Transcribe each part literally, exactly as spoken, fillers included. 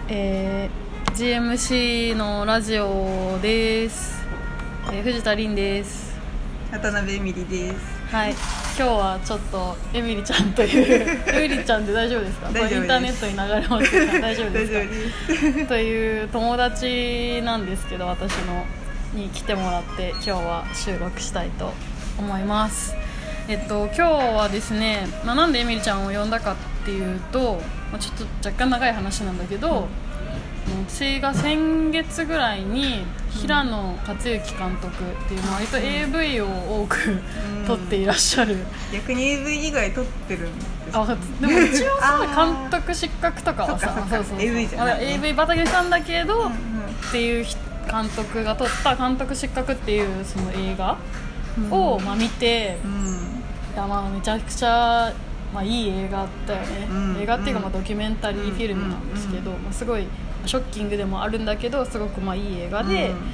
えー、ジーエムシー のラジオです、えー、藤田凛です。 渡辺エミリです。 はい、今日はちょっとエミリちゃんというエミリちゃんで大丈夫ですか？ 大丈夫です。 インターネットに流れますか？大丈夫ですか？ 大丈夫ですという友達なんですけど、私のに来てもらって今日は収録したいと思います。えっと今日はですね、まあ、なんでエミリちゃんを呼んだかっていうと、まあ、ちょっと若干長い話なんだけど、うん私が先月ぐらいに平野克之監督っていう、割と エーブイ を多く撮っていらっしゃる、うん、 逆に エーブイ 以外撮ってるんですか？ あでも一応さ監督失格とかはさそうそうそう エーブイ じゃない、ね、 エーブイ 畑さんだけど、 うんうん、 っていう監督が撮った監督失格っていうその映画を、まあ、見て、うん、いやまあめちゃくちゃまあ、いい映画だよね、うん、映画っていうかまあドキュメンタリーフィルムなんですけど、うんまあ、すごいショッキングでもあるんだけどすごくまあいい映画で、うん、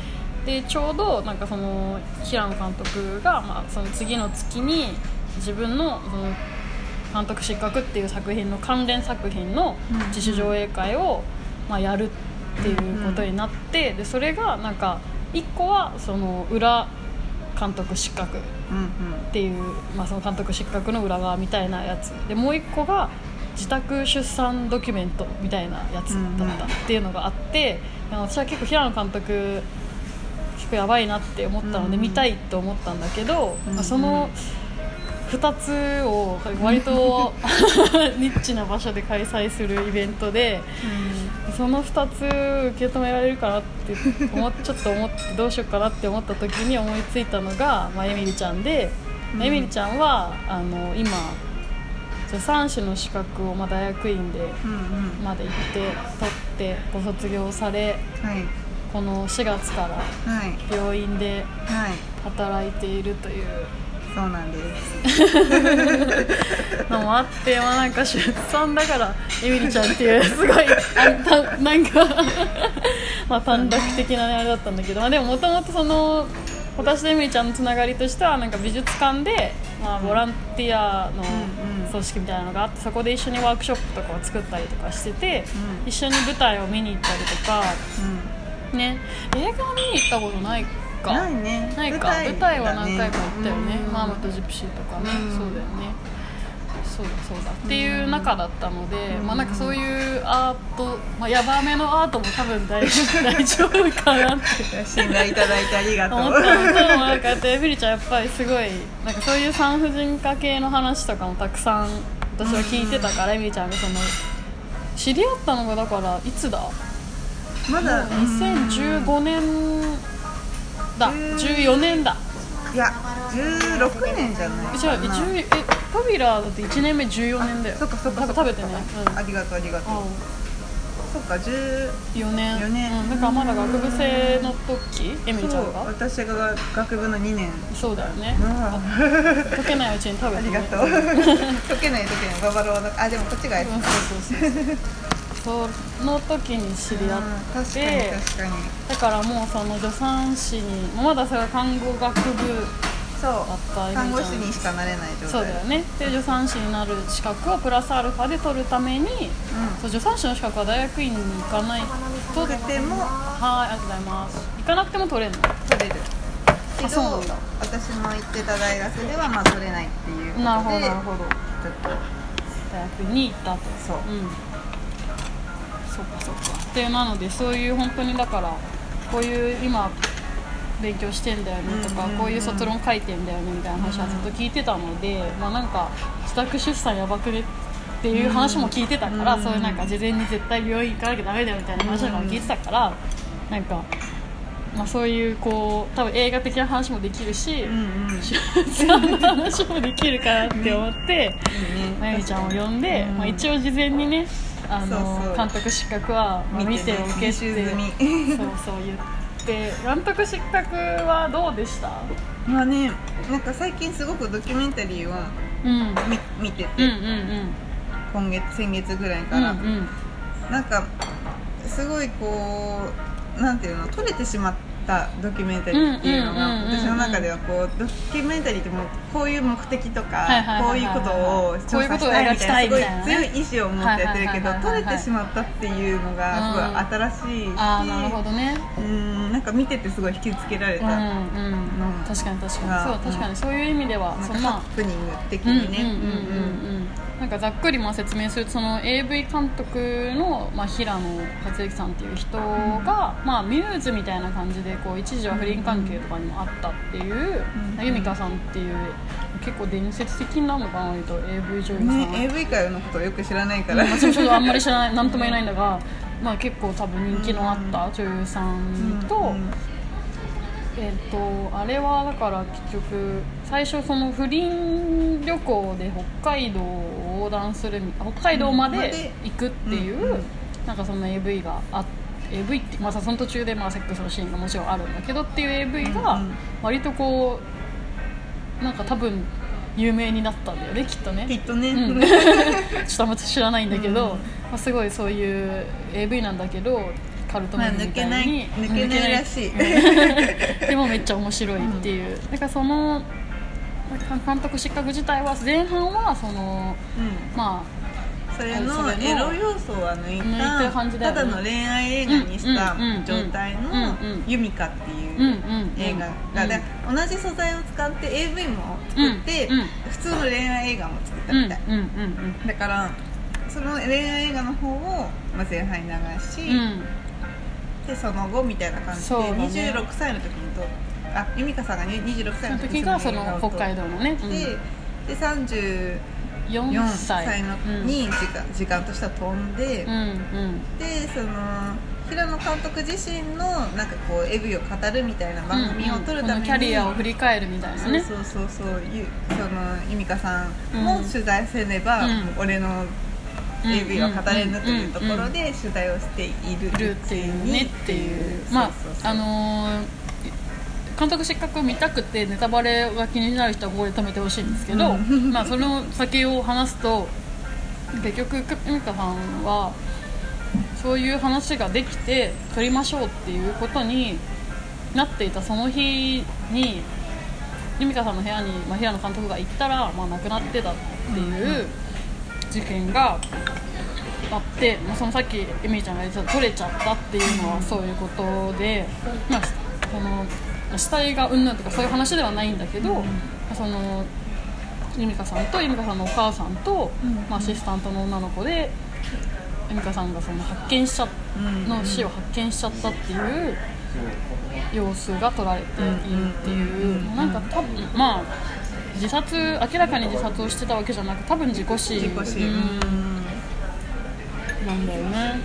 でちょうどなんかその平野監督がまあその次の月に自分のその監督失格っていう作品の関連作品の自主上映会をまあやるっていうことになって、でそれがなんかいっこはその裏監督失格っていう、まあ、その監督失格の裏側みたいなやつで、もう一個が自宅出産ドキュメントみたいなやつだったっていうのがあって、私は結構平野監督結構やばいなって思ったので見たいと思ったんだけど、まあ、そのふたつを割とニッチな場所で開催するイベントで、そのふたつ受け止められるかなって思ちょっと思ってどうしようかなって思った時に思いついたのが、まあ、エミリちゃんで、うん、エミリちゃんはあの今助産師の資格をまあ大学院でまで行って取ってご卒業され、はい、このしがつから病院で働いているという、はいそうなんですのもあって、まあ、なんか出産だからエミリちゃんっていうすごいあたなんかまあ短絡的な、ね、あれだったんだけど、まあ、でももともとその私とエミリちゃんのつながりとしてはなんか美術館で、まあ、ボランティアの組織みたいなのがあって、そこで一緒にワークショップとかを作ったりとかしてて、うん、一緒に舞台を見に行ったりとか、うんね、映画を見に行ったことないかないね、 ないか舞台は何回か行ったよね、マームとジプシーとかね、うん、そうだよね、そうだそうだっていう中だったので、うんまあ、なんかそういうアート、まあ、ヤバめのアートも多分大丈夫かなって信頼いただいてありがとう思ったのと、なんかエミリちゃんやっぱりすごいなんかそういう産婦人科系の話とかもたくさん私は聞いてたから、うん、エミリちゃんがその知り合ったのがだからいつだまだにせんじゅうごねんだじゅうよねんだいやじゅうろくねんじゃないじゃあえパビラだっていちねんめじゅうよねんだよ。 そっかそっか食べてね、 うん、ありがとうありがとう、うん、そっかじゅうよねんよねん、うん、だからまだ学部生の時エミリちゃんが私が学部のにねんそうだよね、溶けないうちに食べて、ね、 ありがとう溶けない時にババロアのあでもこっちがやつ、うん、 そうそうそうその時に知り合って、 確かに確かにだからもうその助産師にまだそれは看護学部だった看護師にしかなれない状態そうだよね。で助産師になる資格をプラスアルファで取るために、うん、そう助産師の資格は大学院に行かないと取ってもはいありがとうございます行かなくても取れるの取れるけど私の行ってた大学ではまあ取れないっていうことでなるほどなるほどちょっと大学に行ったとそう、 うんそっかそっかでなのでそういう本当にだからこういう今勉強してんだよねとか、うんうんうん、こういう卒論書いてんだよねみたいな話はずっと聞いてたので、うん、まあなんか自宅出産やばくねっていう話も聞いてたから、うん、そういうなんか事前に絶対病院行かなきゃダメだよみたいな話とかも聞いてたから、うん、なんかまあそういうこう多分映画的な話もできるし、うんうん、出産の話もできるかなって思ってまゆみちゃんを呼んで、うんまあ、一応事前にねあのそうそう監督失格は見ておけってそうそう言って監督失格はどうでした？ まあね、なんか最近すごくドキュメンタリーを、うん、見てて、うんうんうん、今月先月ぐらいから、うんうん、なんかすごいこうなんていうの取れてしまったドキュメンタリーっていうのが私の中ではこうドキュメンタリーってもうこういう目的とかこういうことを調査したいみたいなすごい強い意志を持ってやってるけど撮れてしまったっていうのがすごい新しいし、うん、 あなるほどね、 うんなんか見ててすごい引きつけられた、うんうん、 確かに確かにそう確かにそういう意味ではそのハプニング的にねなんかざっくりまあ説明するとその エーブイ 監督の、まあ、平野克之さんっていう人が、うんまあ、ミューズみたいな感じでこう一時は不倫関係とかにもあったっていう、うん、由美香さんっていう結構伝説的なのかな割と エーブイ 女優さん、 ね、エーブイ 界のことをよく知らないから、 うんまあ、ちょっとあんまり知らない何とも言えないんだが、まあ、結構多分人気のあった女優さんと、うんうんえー、とあれはだから結局最初その不倫旅行で北海道を横断する北海道まで行くっていう、うん、なんかその エーブイ があって エーブイ って、まあ、その途中でまあセックスのシーンがもちろんあるんだけどっていう エーブイ が割とこうなんか多分有名になったんだよねきっとねきっとね、 うん、ちょっとあんま知らないんだけど、うんまあ、すごいそういう エーブイ なんだけどカルトムービーみたいに、 まあ、抜けない抜けないらしいでもめっちゃ面白いっていう、うん、だからその監督失格自体は前半はその、うん、まあそれのエロ要素は抜いた、ね、ただの恋愛映画にした状態のユミカっていう映画がで同じ素材を使って エーブイ も作って普通の恋愛映画も作ったみたいだからその恋愛映画の方を前半に流し、うんでその後みたいな感じで、ね、にじゅうろくさいの時にとあ由美香さんがにじゅうろくさいの時にがその北海道のね、 うん、で, でさんじゅうよんさいのに時間、うん、時間としては飛んで、うんうん、でその平野監督自身のなんかこうエーブイを語るみたいな番組を撮るために、うんうん、 キャリアを振り返るみたいなねそうそうそうそうゆその由美香さんも取材せねば、うん、俺のエーブイ は語れぬというところで取材をしているっていうねっていうまああのー、監督失格を見たくてネタバレが気になる人はここで止めてほしいんですけど、うん、まあその先を話すと結局由美香さんはそういう話ができて撮りましょうっていうことになっていたその日に由美香さんの部屋に、まあ、平野監督が行ったら、まあ、亡くなってたっていう事件があって、まあ、そのさっきエミリちゃんが言ってた取れちゃったっていうのはそういうことで、まあ、その死体がうんぬんとかそういう話ではないんだけど、うん、その由美香さんと由美香さんのお母さんと、うんまあ、アシスタントの女の子で由美香さんがその発見しちゃの死を発見しちゃったっていう様子が撮られているっていう、なんか多分まあ自殺明らかに自殺をしてたわけじゃなく多分自己死、 自己死、うん、 なんだよね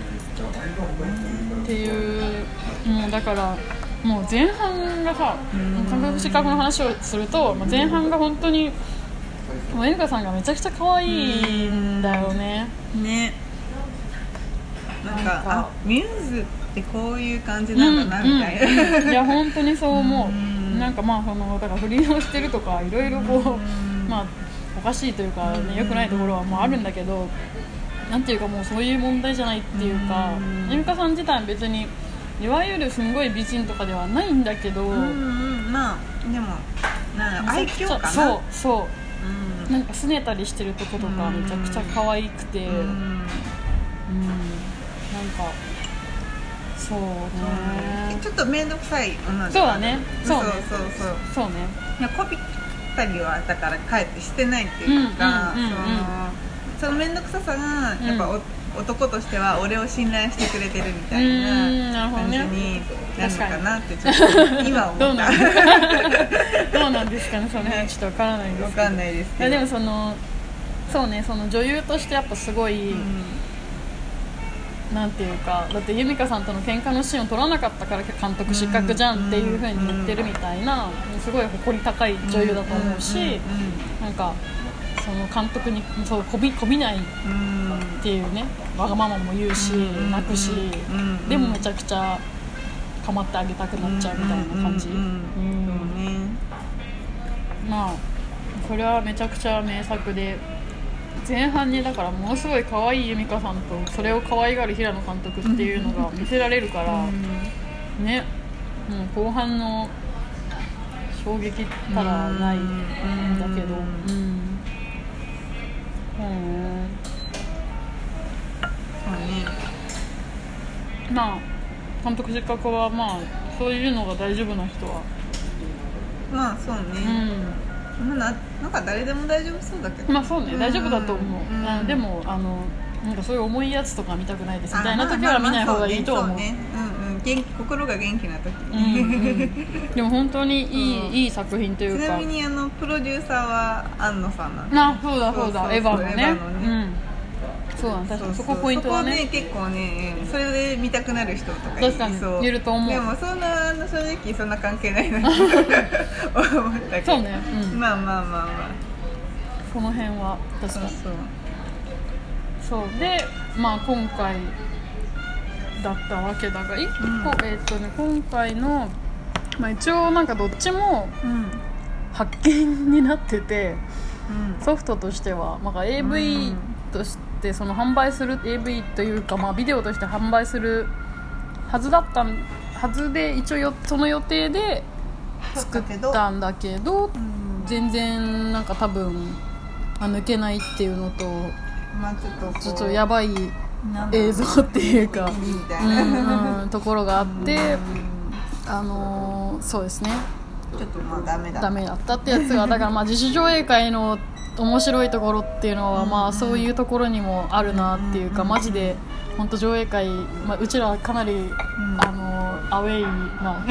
っていうもうだからもう前半がさ監督失格の話をすると前半が本当にもうエリカさんがめちゃくちゃ可愛いんだよねねなんかあミューズってこういう感じなんだなみたいな、 うんうん、いや本当にそう思うなんかまあそのだから不倫をしてるとかいろいろこうまあおかしいというかね良くないところはまああるんだけどなんていうかもうそういう問題じゃないっていうか由美香さん自体別にいわゆるすごい美人とかではないんだけど、うんうん、まあでもなん愛嬌かなそうそう、うん、なんか拗ねたりしてるとことかめちゃくちゃ可愛くて、うん、うん、なんかそうねちょっと面倒くさい女そうだねそうねそうそうそうそうねいやこびたりはだからかえってしてないっていうか、うんうんうんうん、その面倒くささがやっぱ、うん男としては俺を信頼してくれてるみたいな感じになるのかなってちょっと今思ったどうなんどうなんですかねその辺ちょっと分からないんですけど分かんないですけどでもそのそうねその女優としてやっぱすごい、うん、なんていうかだって由美香さんとの喧嘩のシーンを撮らなかったから監督失格じゃんっていう風に言ってるみたいなすごい誇り高い女優だと思うしなんかその監督にそうこびこびないっていうねわがままも言うし泣くしでもめちゃくちゃ構ってあげたくなっちゃうみたいな感じまあそれはめちゃくちゃ名作で前半にだからものすごい可愛い由美香さんとそれを可愛がる平野監督っていうのが見せられるからねもう後半の衝撃ったらないんだけど、うん、うん、 そうね。 まあ監督失格はまあそういうのが大丈夫な人はまあそうね、うん、な, なんか誰でも大丈夫そうだけど、 まあそうね、大丈夫だと思う、うん、あでもあのなんかそういう重いやつとか見たくないですみたいな時は見ない方がいいと思う。 元気、心が元気な時に、うんうん、でも本当にいい、うん、いい作品というか。 ちなみにあのプロデューサーは安野さんなんで。 あ、そうだそうだ、そうそうエヴァのね、エヴァのね、うん、そうなん、確かにそこポイントはね。 そこね結構ね、それで見たくなる人とかいそう。確かにいると思う。 でもそんなあの正直そんな関係ないなって思ったけど。 そうね、うん、まあまあまあまあその辺は確かに。そうそうそうで、まあ今回だったわけだが、一個、うん、えーっとね、今回の、まあ、一応なんかどっちも発見になってて、うん、ソフトとしては、まあ、エーブイ としてその販売する エーブイ というか、まあ、ビデオとして販売するはずだったはずで一応よその予定で作ったんだけど、うん、全然なんか多分抜けないっていうのと、 まあ、ちょっとちょっとやばい映像っていうか、うんうん、ところがあって、あのー、そうですね、 ちょっとまあダメだダメだったってやつが、だからまあ自主上映会の面白いところっていうのは、まあそういうところにもあるなっていうか、マジで本当上映会、まあ、うちらはかなり、うん、あのー、アウェイな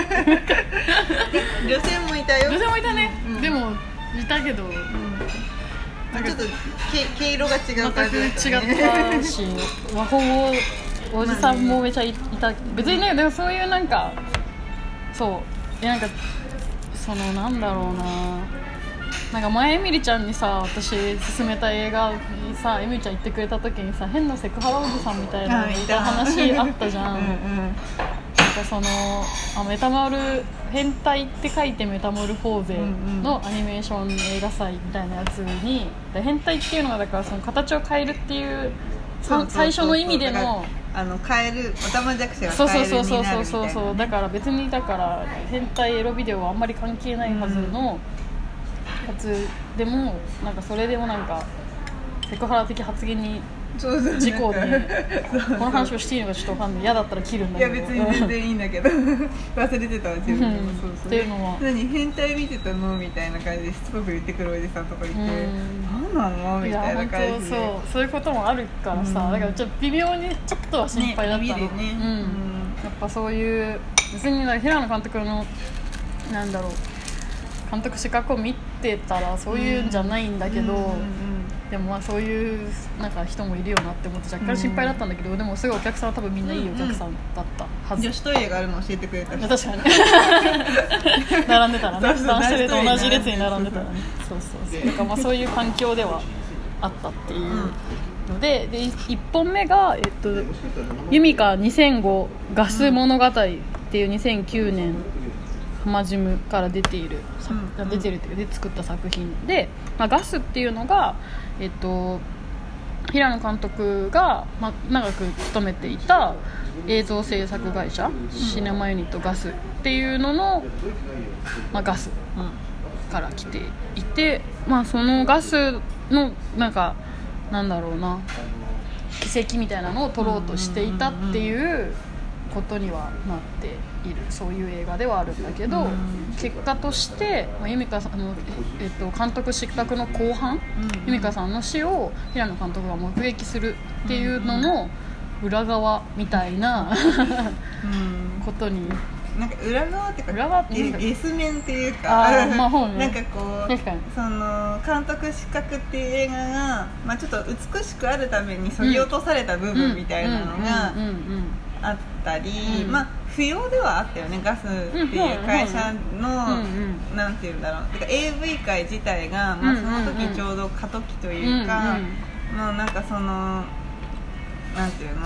女性もいたよ。 女性もいたね、うん、でもいたけど、うん、 ちょっと毛色が違う感じだったね。 全く違ったし、まあ、ほぼおじさんもめちゃいた。別にね、でもそういうなんかそうなんかそのなんだろうな、なんか前エミリちゃんにさ、私勧めた映画にさ、エミリちゃん言ってくれた時にさ、変なセクハラおじさんみたいな話あったじゃん。うんうん、なんかそのあメタモル変態って書いてメタモルフォーゼのアニメーション映画祭みたいなやつに、変態っていうのがだからその形を変えるっていう最初の意味でのあの変えるオタマジャクシが変えるになるみたいな、ね、そうそうそうそうそう、 だから別にだから変態エロビデオはあんまり関係ないはずのやつでも、なんかそれでもなんかセクハラ的発言に事故でこの話をしていいのかちょっと分かんない。嫌だったら切るんだけど。 いや別に全然いいんだけど忘れてたわ自分でも、うん、そうそうっていうのは何変態見てたのみたいな感じでしつこく言ってくるおじさんとかいて、何なのみたいな感じで、 そうそういうこともあるからさ、うん、だからちょっと微妙にちょっとは心配だったの、ねね、うんうん、やっぱそういう別に平野監督のなんだろう監督資格を見てたらそういうんじゃないんだけど、うんうんうんうん、でもまあそういうなんか人もいるよなって思って若干心配だったんだけど、うん、でもすごいお客さんは多分みんないいお客さんだったはず、 うん、女子トイレがあるの教えてくれた人確かに並んでたらね、男子トイレと同じ列に並んでたらね、そうそうそう、だからまあそういう環境ではあったっていうので、でいっぽんめが、えっと、ユミカにせんごガス物語っていうにせんきゅうねんハマジムから出ている、うん、出てるっていうで作った作品で、まあ、ガスっていうのが、えっと、平野監督が、まあ、長く勤めていた映像制作会社、うん、シネマユニットガスっていうのの、まあ、ガスから来ていて、まあ、そのガスのなんかなんだろうな遺跡みたいなのを撮ろうとしていたっていうことにはなっている、そういう映画ではあるんだけど、結果としてユミカさんの、えっと、監督失格の後半、ユミカさんの死を平野監督が目撃するっていうのの裏側みたいなことに、 なんか裏側っていうか裏側っていうかゲス面っていうか、 あ、まあほうね、 なんかこうその監督失格っていう映画が、まあ、ちょっと美しくあるためにそぎ落とされた部分みたいなのがあったり、うん、まあ不要ではあったよね、ガスっていう会社の、うんうん、なんていうんだろう、てか エーブイ 界自体が、まあ、その時ちょうど過渡期というか、うんうん、まあなんかそのなんていうの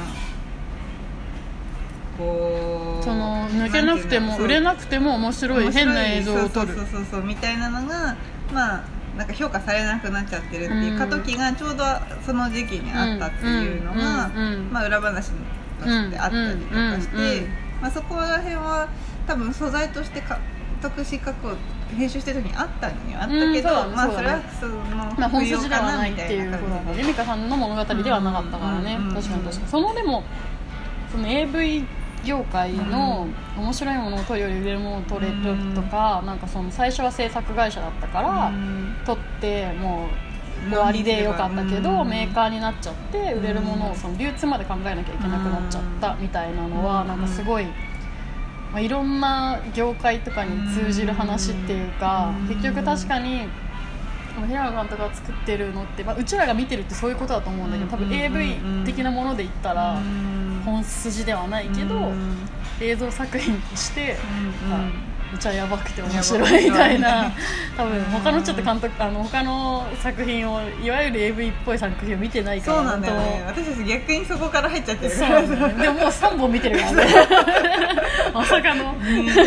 こうその抜けなくても売れなくても面白い変な映像を撮る、 そうそうそうそうみたいなのがまあなんか評価されなくなっちゃってるっていう過渡期がちょうどその時期にあったっていうのが、まあ裏話としてあったりとかして、まあそこら辺は多分素材として監督資格を編集してる時にあったのよあったけど、うんね、まあそれはその、 まあ、本筋ではないっていうことだね。由美香さんの物語ではなかったからね、うんうんうん、確かに確かに。そのでもその エーブイ 業界の面白いものを撮るより売れるものを撮れるとか、うん、なんかその最初は制作会社だったから、うん、撮ってもう終わりでよかったけど、うん、メーカーになっちゃって売れるものをその流通まで考えなきゃいけなくなっちゃったみたいなのはなんかすごい、まあ、いろんな業界とかに通じる話っていうか、結局確かに平野監督が作ってるのって、まあ、うちらが見てるってそういうことだと思うんだけど、多分 エーブイ 的なもので言ったら本筋ではないけど映像作品としてめっちゃやばくて面白いみたいな、多分他のちょっと監督あの他の作品をいわゆる エーブイ っぽい作品を見てないから。 そうなんだよね、私たち逆にそこから入っちゃってるから。 そうなんだよね、でももうさんぼん見てるからねまさかの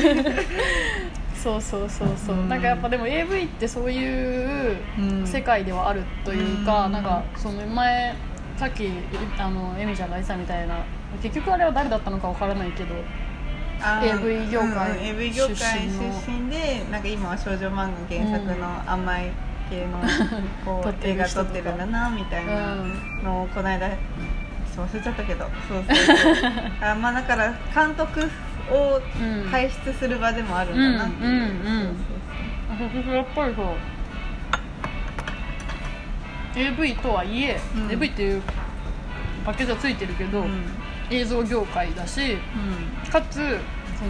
そうそうそうそう、うん、なんかやっぱでも エーブイ ってそういう世界ではあるというか、うん、なんかその前さっきあのエミちゃんが言ってたみたいな、結局あれは誰だったのかわからないけど エーブイ 業界、うん、 エーブイ 業界出身でなんか今は少女漫画原作の甘い系のこう映画撮ってるんだなみたいなのをこの間忘れちゃったけど、そうそうそうあ、まあ、だから監督を輩出する場でもあるんだなっていう。 やっぱりそう エーブイ とはいえ、うん、エーブイ っていうパッケージはついてるけど、うん、映像業界だし、うん、かつその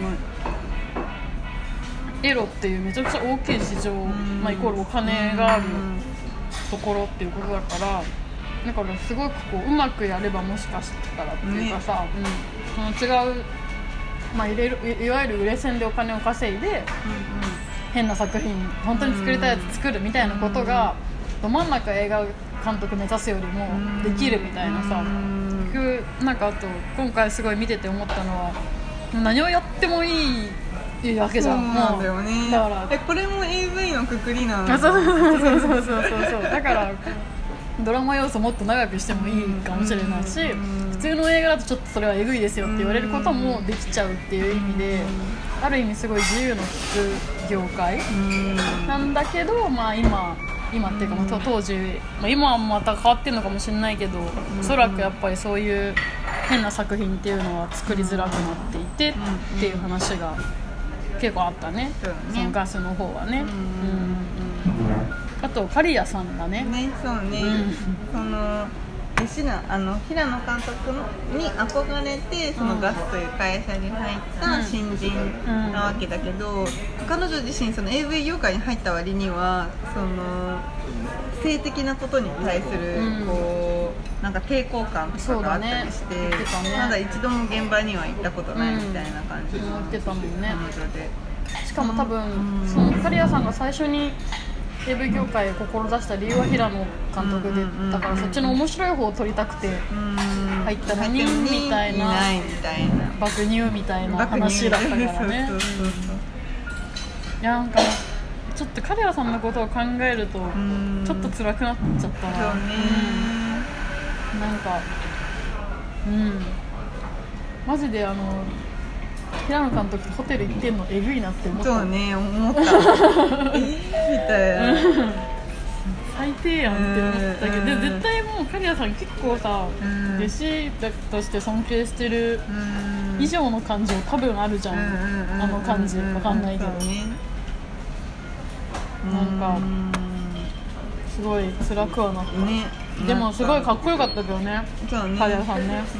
エロっていうめちゃくちゃ大きい市場、うん、まあ、イコールお金があるところっていうことだから、だからすごくこううまくやればもしかしたらっていうかさ、ね、うん、その違う、まあ、い, るいわゆる売れ線でお金を稼いで、うんうん、変な作品本当に作りたいやつ作るみたいなことが、ど真ん中映画監督目指すよりもできるみたいなさ、結局なんかあと今回すごい見てて思ったのは何をやってもいいわけじゃん。 そうなんだよね。だからえこれも エーブイ のくくりなの。 そうそうそうそうそうそうだからドラマ要素もっと長くしてもいいかもしれないし、普通の映画だとちょっとそれはエグいですよって言われることもできちゃうっていう意味で、ある意味すごい自由の利く業界なんだけど、まあ今今っていうか、まあ、当時、まあ、今はまた変わってるのかもしれないけど、おそらくやっぱりそういう変な作品っていうのは作りづらくなっていてっていう話が結構あったね、そのガスの方はね。うんうん、あと刈谷さんだね。 ね、そうね。うん、そのあの平野監督に憧れてそのガスという会社に入った新人なわけだけど、うんうん、彼女自身その エーブイ 業界に入った割にはその性的なことに対するこう、うん、なんか抵抗感とかがあったりして、ねね、まだ一度も現場には行ったことないみたいな感じの彼女で、 しかも多分、うん、その刈谷さんが最初にエーブイ 業界を志した理由は平野監督で、だからそっちの面白い方を撮りたくて入ったのにみたいな、爆乳みたいな話だったからね。いや、なんかちょっと刈谷さんのことを考えるとちょっと辛くなっちゃったな。うん、なんかうんマジであの平野監督とホテル行ってんのエグいなって思った。 そうね、思ったえーみたいな最低やんって思ったけど、で絶対もう刈谷さん結構さ、弟子として尊敬してる以上の感情多分あるじゃん、あの感じわかんないけど、ね、なんかすごい辛くはなった、ね、でもすごいかっこよかったけどね、刈谷さんね。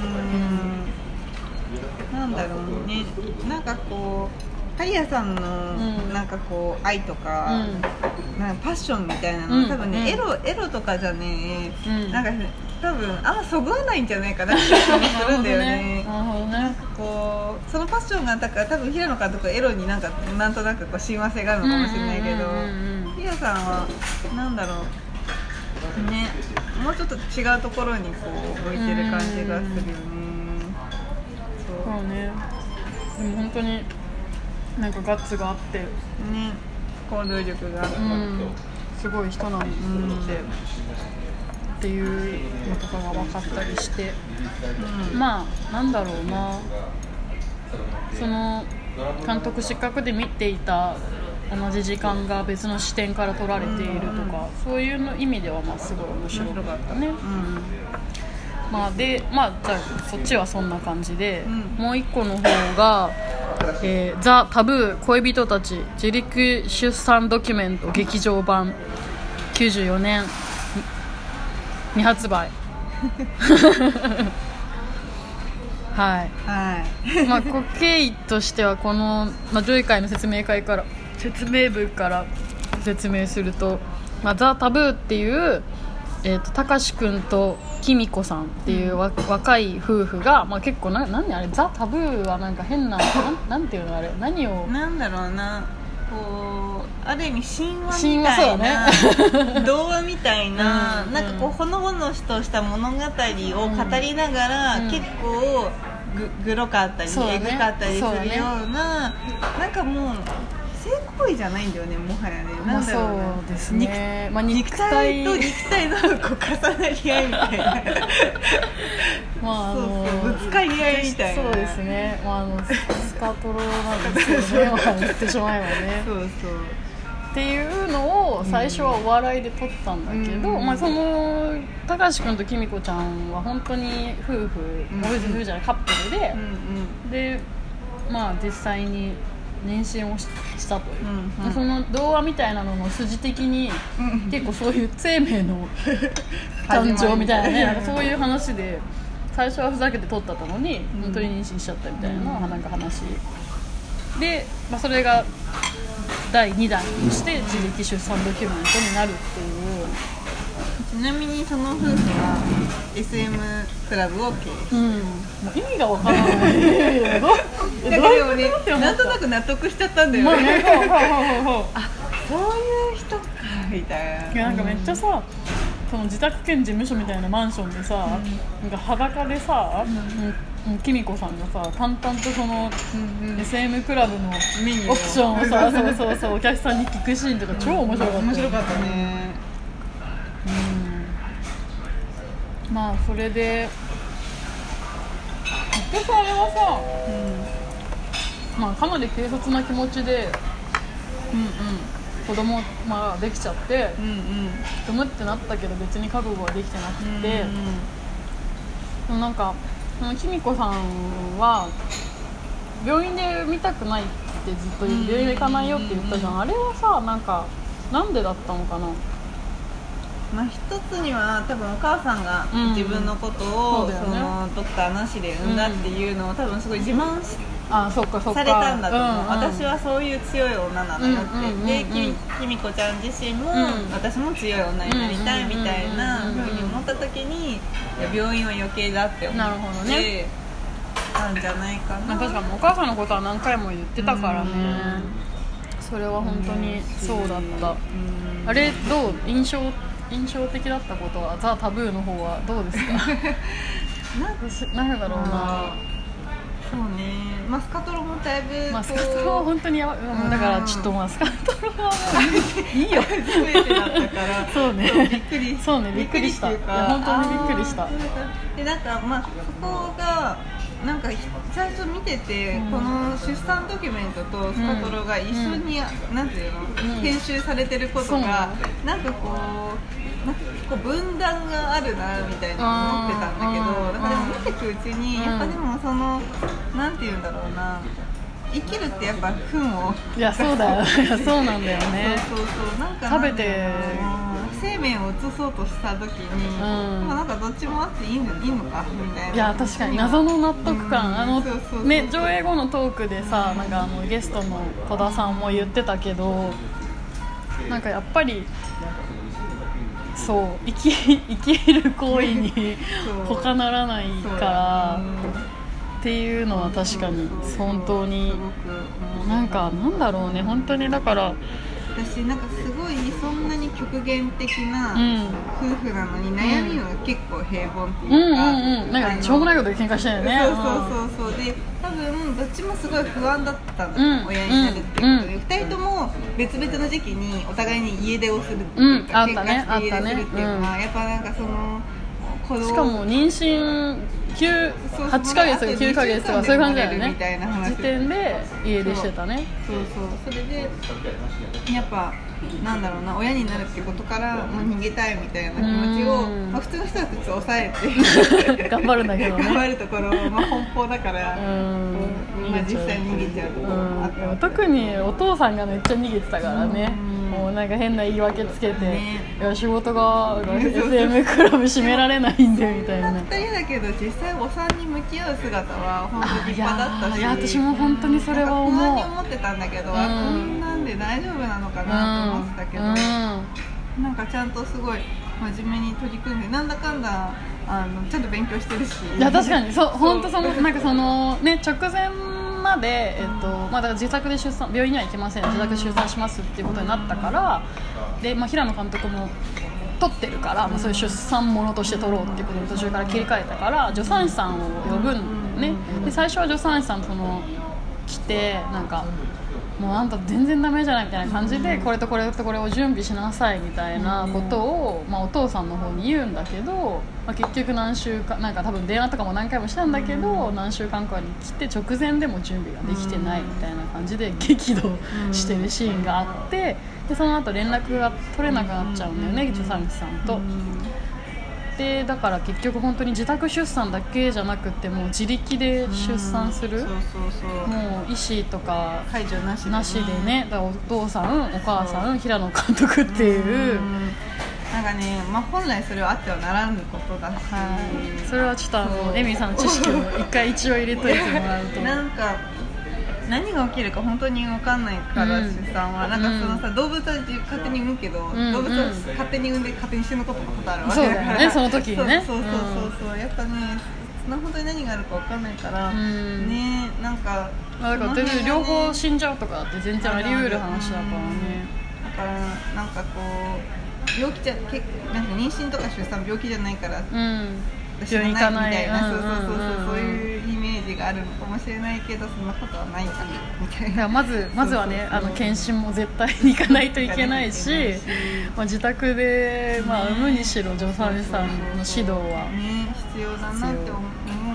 なんだろうね、なんかこう刈谷さんのなんかこう愛とか、うん、なんかパッションみたいなの、うん、多分ね、うん、エロエロとかじゃね、うん、なんか多分あんまそぐわないんじゃないかなって気がするんだよね。なるほどね。なんかこうそのパッションがだから多分平野監督はエロになんかなんとなくこう親和性があるのかもしれないけど、刈谷さんはなんだろうね、もうちょっと違うところにこう向いてる感じがするよね。 そうね、でも本当になんかガッツがあってね、 行動力があって、うん、 すごい人なんだって、うん、っていうのとかが分かったりして、うん、まあなんだろうな、その監督失格で見ていた同じ時間が別の視点から撮られているとか、うんうん、そういうの意味ではまあすごい面白かったね、うんまあ、で、まあ、じゃあそっちはそんな感じで、うん、もう一個の方が、えー、ザ・タブー恋人たち自力出産ドキュメント劇場版きゅうじゅうよねん未発売はい、はいまあ、経緯としてはこの、まあ、上位会の説明会から説明文から説明すると、まあ、ザ・タブーっていうえー、とたかしくんときみこさんっていうわ、うん、若い夫婦が、まあ、結構な何あれザ・タブーはなんか変な な, なんていうのあれ何をなんだろうなこうある意味神話みたいな、ね、童話みたいな、うん、なんかこうほのぼのとした物語を語りながら、うん、結構 グ, グロかったり、ね、エグかったりするような、ね、なんかもう性行為じゃないんだよね、もはやね。なんだろうね、 そうですね、 肉, まあ、肉体と肉体のこう重なり合いみたいなまああのそうそうぶつかり合いみたいな。 そうですね、まあ、あのスカトロなんですけどね言ってしまえばねそうそうっていうのを最初はお笑いで撮ったんだけど、うんまあ、そのたかしくんときみこちゃんは本当に夫婦、うん、夫婦じゃないカップルで、うんうん、でまあ実際に妊娠をしたという、うんうん、その童話みたいなのの筋的に、うん、結構そういう生命の誕生みたいなねなんかそういう話で最初はふざけて撮ったのに、うん、本当に妊娠しちゃったみたいな、うん、なんか話で、まあ、それがだいにだんとして自力出産ドキュメントになるっていう。 ちなみにその夫婦は エスエム クラブを経営して、うん、もう意味がわからないだからでもね、なんとなく納得しちゃったんだよね、まあ、ねあ、そういう人かみたいな。 いやなんかめっちゃさ、その自宅兼事務所みたいなマンションでさ、うん、なんか裸でさ、うん、きみこさんがさ淡々とその、うんうん、エスエム クラブのオプションをさそうそうそうお客さんに聞くシーンとか超面白かった、 うん、面白かったね。 うん、まあそれで結局あれはさ、うん、まあかなり軽率な気持ちで、うんうん、子供まあできちゃって、うんうん、産むってなったけど別に覚悟はできてなくて、うんうん、でもなんかきみこさんは病院で産みたくないってずっと病院で行かないよって言ったじゃん、うんうんうん、あれはさなんかなんでだったのかな。 まあ、一つには多分お母さんが自分のことを、うん そ, ね、そのドクターなしで産んだっていうのを多分すごい自慢し、 うん、あそっかそっかされたんだと思う、うんうん、私はそういう強い女なのよって、うんうんうんうん、で き, きみこちゃん自身も、うん、私も強い女になりたいみたいな風に思った時に病院は余計だって思ってなるほど、ね、たんじゃないかな。 確かにお母さんのことは何回も言ってたからね、うん、それは本当にそうだった、うん、あれどう印象印象的だったことはザ・タブーの方はどうですかなんだろうな。 そうね、マスカトロもだいぶマスカトロは本当にやばい。だからちょっとマスカトロはもういいよ初めてだったからそうねそうびっくりそうねびっくりした。いや本当にびっくりした。 でなんかまあそこがなんか最初見てて、うん、この出産ドキュメントとスカトロが一緒に、うん、なんていうの、うん、編集されてることが、うん、なんかこうなんかこう分断があるなみたいな思ってたんだけど、だから見ていくうちに、うん、やっぱでもそのなんていうんだろうな、生きるってやっぱ糞をいやそうだよそうなんだよね。 そうそうそうなんか食べて生命を移そうとした時に、うん、まあ、なんかどっちもあっていいの、いいのかみたいな。 いや確かに謎の納得感、うん、あのそうそうそうね上映後のトークでさ、なんかあのゲストの戸田さんも言ってたけど、なんかやっぱりそう生き生きる行為に他ならないからっていうのは確かに本当になんかなんだろうね、本当にだから私なんかすごいそんなに極限的な夫婦なのに悩みは結構平凡っていうか、うんうんうん、 なんかしょうもないことで喧嘩してるよね。 そうそうそうそうで多分どっちもすごい不安だったんだ、うん、親になるっていうことで、うん、ふたりとも別々の時期にお互いに家出をするっていうか、うん、喧嘩して家出するっていうのは、ね、やっぱなんかそのしかも妊娠きゅう、はちかげつとかきゅうかげつとかそういう感じだよね。時点で家出してたね。 そうそう、それでやっぱなんだろうな、親になるってことからもう逃げたいみたいな気持ちを、まあ、普通の人は普通抑えて頑張るんだけどね頑張るところ、まあ、奔放だからまあ、実際逃げちゃうところもあった。 特にお父さんがめっちゃ逃げてたからね。もうなんか変な言い訳つけて、ね、いや仕事が エスエム クラブ閉められないんでみたいな。 本当にだけど実際お産に向き合う姿は本当に立派だったし、 いや私も本当にそれは思う。 不安に思ってたんだけど、うん、こんなんで大丈夫なのかなと思ってたけど、うん、なんかちゃんとすごい真面目に取り組んで、なんだかんだあのちゃんと勉強してるし。 いや確かにそう、本当そのなんかそのね直前まで、えっとまあ、だから自宅で出産、病院には行けません、自宅で出産しますっていうことになったから、で、まあ、平野監督も撮ってるから、まあ、そういう出産ものとして撮ろうっていうことに途中から切り替えたから助産師さんを呼ぶんだよね。で最初は助産師さんその来てなんかもうあんた全然ダメじゃないみたいな感じで、これとこれとこれを準備しなさいみたいなことを、まあ、お父さんの方に言うんだけど、まあ、結局何週間なんか多分電話とかも何回もしたんだけど、何週間かに来て直前でも準備ができてないみたいな感じで激怒してるシーンがあって、でその後連絡が取れなくなっちゃうんだよね、助産師さんと。でだから結局本当に自宅出産だけじゃなくてもう自力で出産する、 そうそうそう、 もう医師とか介助なしで ね, なしでね、だからお父さんお母さん平野監督っていう、 なんかね、まあ、本来それはあってはならぬことだし、 はい、それはちょっとあのエミさんの知識を一回一応入れといてもらうとなんか何が起きるか本当に分かんないから、うん、出産はなんかそのさ、うん、動物は勝手に産むけど、うん、動物は勝手に産んで勝手に死ぬこともあるわけだから、そうだね、その時にね、 そうそうそうそう、うん、やっぱね本当に何があるか分かんないから、うん、ね、なんかだから全然両方死んじゃうとかだって全然あり得る話だからね、 うん、だからなんかこう病気じゃ結なんか妊娠とか出産病気じゃないから、うん、死なないみたいな、そうそうそうそう、そういうイメージがあるのかもしれないけど、そんなことはないかみたいな。 まずまずはね、あの検診も絶対に行かないといけないし、まあ、自宅で、まあ、産むにしろ助産師さんの指導は、 ね、必要だなって思う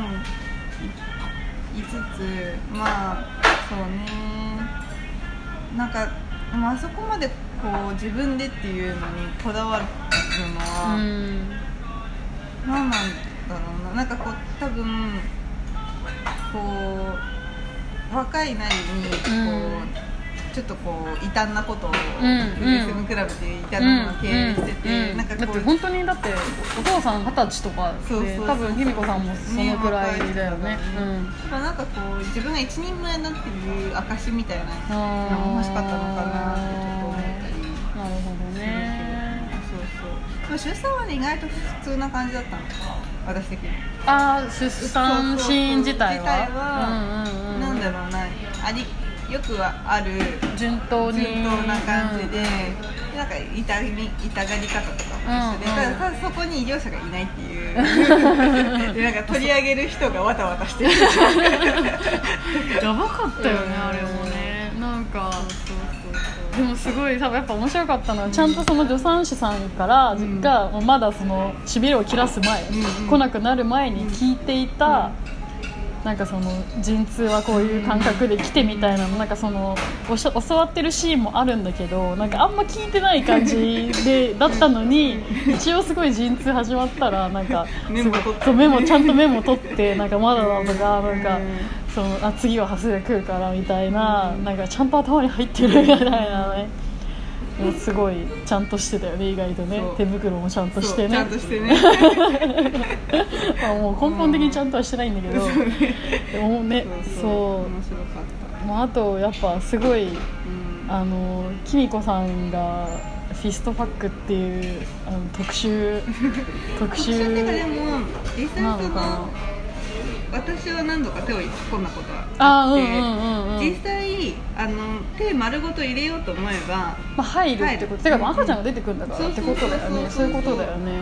いつつ、まあそうね、なんか、まあ、あそこまでこう自分でっていうのにこだわるのは、うん、何なんだろうな、なんかこう多分こう若いなりにこう、うん、ちょっとこう異端なことを、うん、エスエム クラブっていう異端なのを経営してて、うんうん、なんかこうだって本当にだってお父さん二十歳とかで、そうそうそう、多分卑美子さんもそのくらいだよね、ね、うん、 まあ、なんかこう自分が一人前だっていう証みたいなのが欲しかったのかなってちょっと思ったり。 なるほどね。 そうそう、出産は、ね、意外と普通な感じだったの私的に。 ああ、出産シーン自体は、 うんうんうん、なんだろうな、ありよくはある順当に順当な感じで、うん、なんか痛み痛がり方とかも一緒で、うんうん、ただそこに医療者がいないっていうでなんか取り上げる人がわたわたしてるやばかったよね、あれもね。なんかでもすごい多分やっぱ面白かったのは、ちゃんとその助産師さんから、うん、がまだそのしびれを切らす前、うんうん、来なくなる前に聞いていた、うん、なんかその陣痛はこういう感覚で来てみたいなの、なんかその教わってるシーンもあるんだけど、なんかあんま聞いてない感じでだったのに一応すごい陣痛始まったらなんかメモメモちゃんとメモ取ってなんかまだだとかなんかそのあ次はハスが来るからみたいな、なんかちゃんと頭に入ってるみたいなね。すごいちゃんとしてたよね、意外とね。手袋もちゃんとしてね、 ちゃんとしてねまあもう根本的にちゃんとはしてないんだけど、うん、でもね、そう、面白かった。まあ、あとやっぱすごい、うん、あの貴美子さんがフィストファックっていうあの特殊特殊なのかな。私は何度か手を突っ込んだことはあって、うんうんうんうん、実際あの手丸ごと入れようと思えば、まあ、入るってこと、てか赤ちゃんが出てくるんだからってことだよね。そういうことだよね、うん、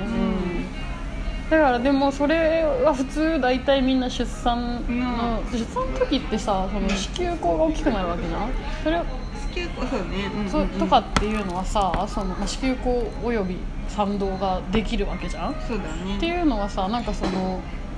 だからでもそれは普通大体みんな出産の、うん、出産の時ってさ、その子宮口が大きくなるわけじゃん。それ子宮口、そうね、うんうんうん、 そとかっていうのはさ、その子宮口および産道ができるわけじゃん。 そうだね。 っていうのはさ、なんかその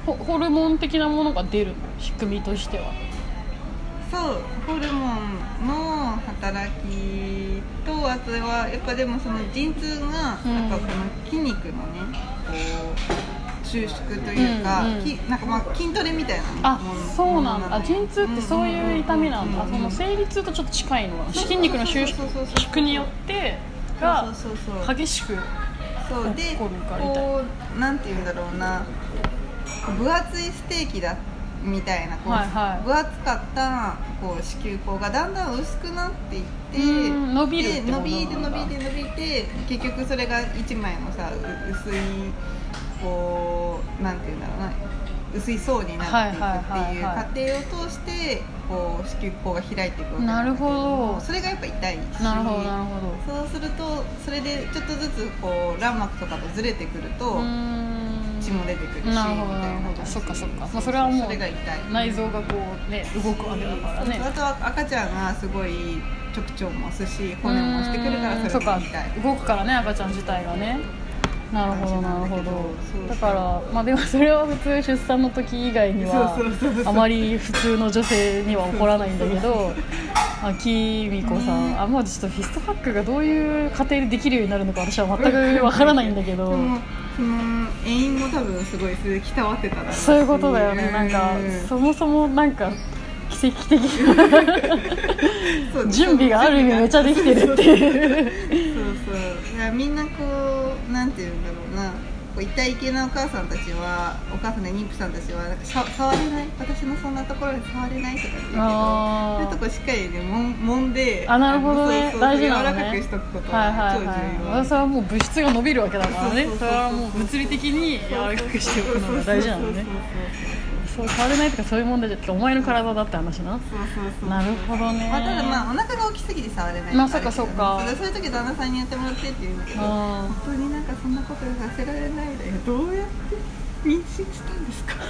ホ, ホルモン的なものが出るの仕組みとしては。 そうホルモンの働きとあとはやっぱでもその陣痛がやっぱこの筋肉のねこう収縮というか、うんうん、きなんかまあ筋トレみたいなもの。 あそうなんだ。あ陣痛ってそういう痛みなんだ。あその生理痛とちょっと近いのは筋肉の収縮によってが激しく起こるから痛い。 こうなんていうんだろうな分厚いステーキだみたいなこう、はいはい、分厚かったこう子宮口がだんだん薄くなっていって伸びるって伸びて伸びて伸びて結局それが一枚のさ薄いこうなんていうんだろうな薄い層になっていくっていう過程を通してこう子宮口が開いていくわけなんだけどもそれがやっぱ痛いしなるほどなるほどそうするとそれでちょっとずつこう卵膜とかとずれてくると血も出てくるしなるほどなるほどそっかそっか、まあ、それはもう内臓がこうね動くわけだからね。 あとは赤ちゃんがすごい直腸も押すし骨も押してくるからそれが痛い。 動くからね赤ちゃん自体がね。なるほどなるほど。だからまあでもそれは普通出産の時以外にはあまり普通の女性には起こらないんだけどあきみこさんあもうちょっとフィストファックがどういう過程でできるようになるのか私は全くわからないんだけどその遠因も多分すごいそれで鍛わってただろうしそういうことだよね。なんかそもそもなんか奇跡的な準備がある意味めちゃできてるっていうそうそういやみんなこうなんていうんだろうなこう痛い系なお母さんたちはお母さんの妊婦さんたちはなんか触れない私のそんなところで触れないとか言うけどそういうとこしっかりねもんであなるほどねそうそう大事なのね柔らかくしとくことは超重要、はいはいはい、私はもう物質が伸びるわけだからねそれはもう物理的に柔らかくしておくのが大事なのね。そう触れないとかそういう問題じゃってお前の体だって話な。そうそうそうなるほどね、 まあ、ただまあお腹が大きすぎて触れないまあそっかそっかそういう時旦那さんにやってもらってって言うんだけど本当になんかそんなことさせられないみたいなどうやって妊娠したんですか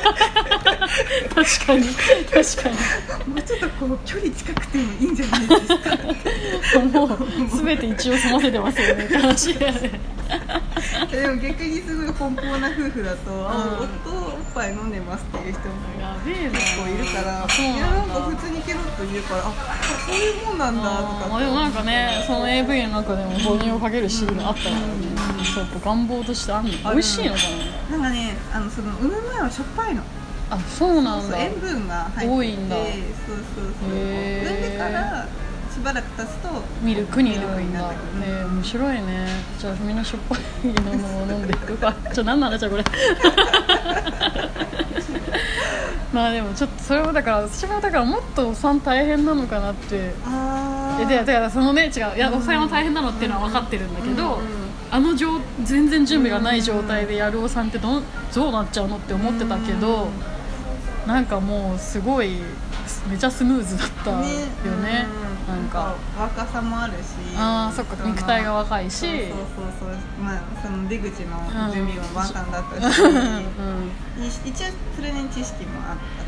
確かに確かにもうちょっとこう距離近くてもいいんじゃないですかもう全て一応済ませてますよね話ででも逆にすごい奔放な夫婦だと、うん、夫おっぱい飲んでますっていう人も結構いるからいやなんか普通にケロッと言うからあそういうもんなんだとかまあ、でもなんかねその エーブイ の中でも母乳をかけるシーンがあったからね、うん、ちょっと願望としてあんの美味しいのかな。なんかねあのその産む前はしょっぱいの。 あそうなんだ。 そうそう塩分が入ってて多いんだ。 そうそうそう産んでからしばらく経つとミルクになるんだ。へえ面白いね。じゃあみんなしょっぱいのを飲んでいくか。ちょ何なんだじゃあこれまあでもちょっとそれもだから私もだからもっとお産大変なのかなってあえでだからそのね違ういやお産は大変なのっていうのは分かってるんだけど、うんうん、あの状全然準備がない状態でやるお産って ど, どうなっちゃうのって思ってたけど、うん、なんかもうすごいめちゃスムーズだったよね、ねうん、なんか若さもあるしあそっか肉体が若いしそうそうそうそう、まあ、その出口の準備も万端だったし、うんうん、一応それに知識もあったし、うん、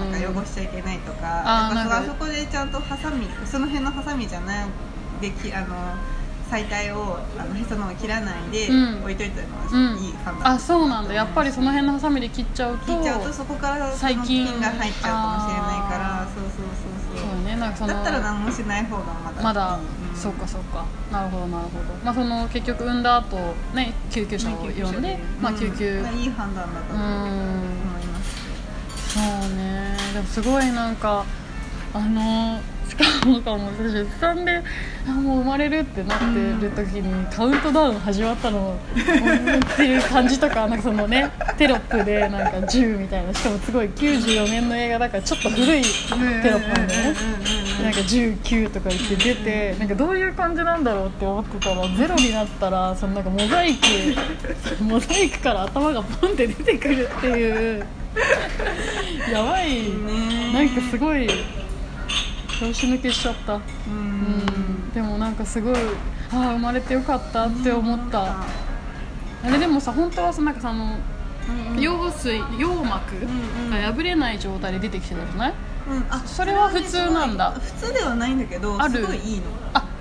なんか汚しちゃいけないとかあなんかあそこでちゃんとハサミその辺のハサミじゃないできあの最体をあのへその緒切らないで置いといたのは、うん、いい判断、 あそうなんだやっぱりその辺のハサミで切っちゃうと切っちゃうとそこから細菌が入っちゃうかもしれないからそうそうそうそう、そう、ね、なんかそのだったら何もしない方がまだまだ、うん、そうかそうかなるほどなるほど、まあ、その結局産んだ後、ね、救急車を呼んで、うんまあ、救急、 まあ、いい判断だったと思いますそうねでもすごいなんかあのしかもかも私出産であもう生まれるってなってる時にカウントダウン始まったのっていう感じとかなんかそのねテロップでなんかじゅうみたいなしかもすごいきゅうじゅうよねんの映画だからちょっと古いテロップなんだよねなんかじゅうきゅうとか言って出てなんかどういう感じなんだろうって思ってたらゼロになったらそのなんかモザイクモザイクから頭がポンって出てくるっていうやばいなんかすごい拍子抜けしちゃった、うん、うん、でもなんかすごいああ生まれてよかったって思った、うん、あれでもさ本当はさなんかさあの、うん、羊水羊膜が破れない状態で出てきてたじゃない、うん、あそれは普通なんだ普通ではないんだけどあるすごいいいのあ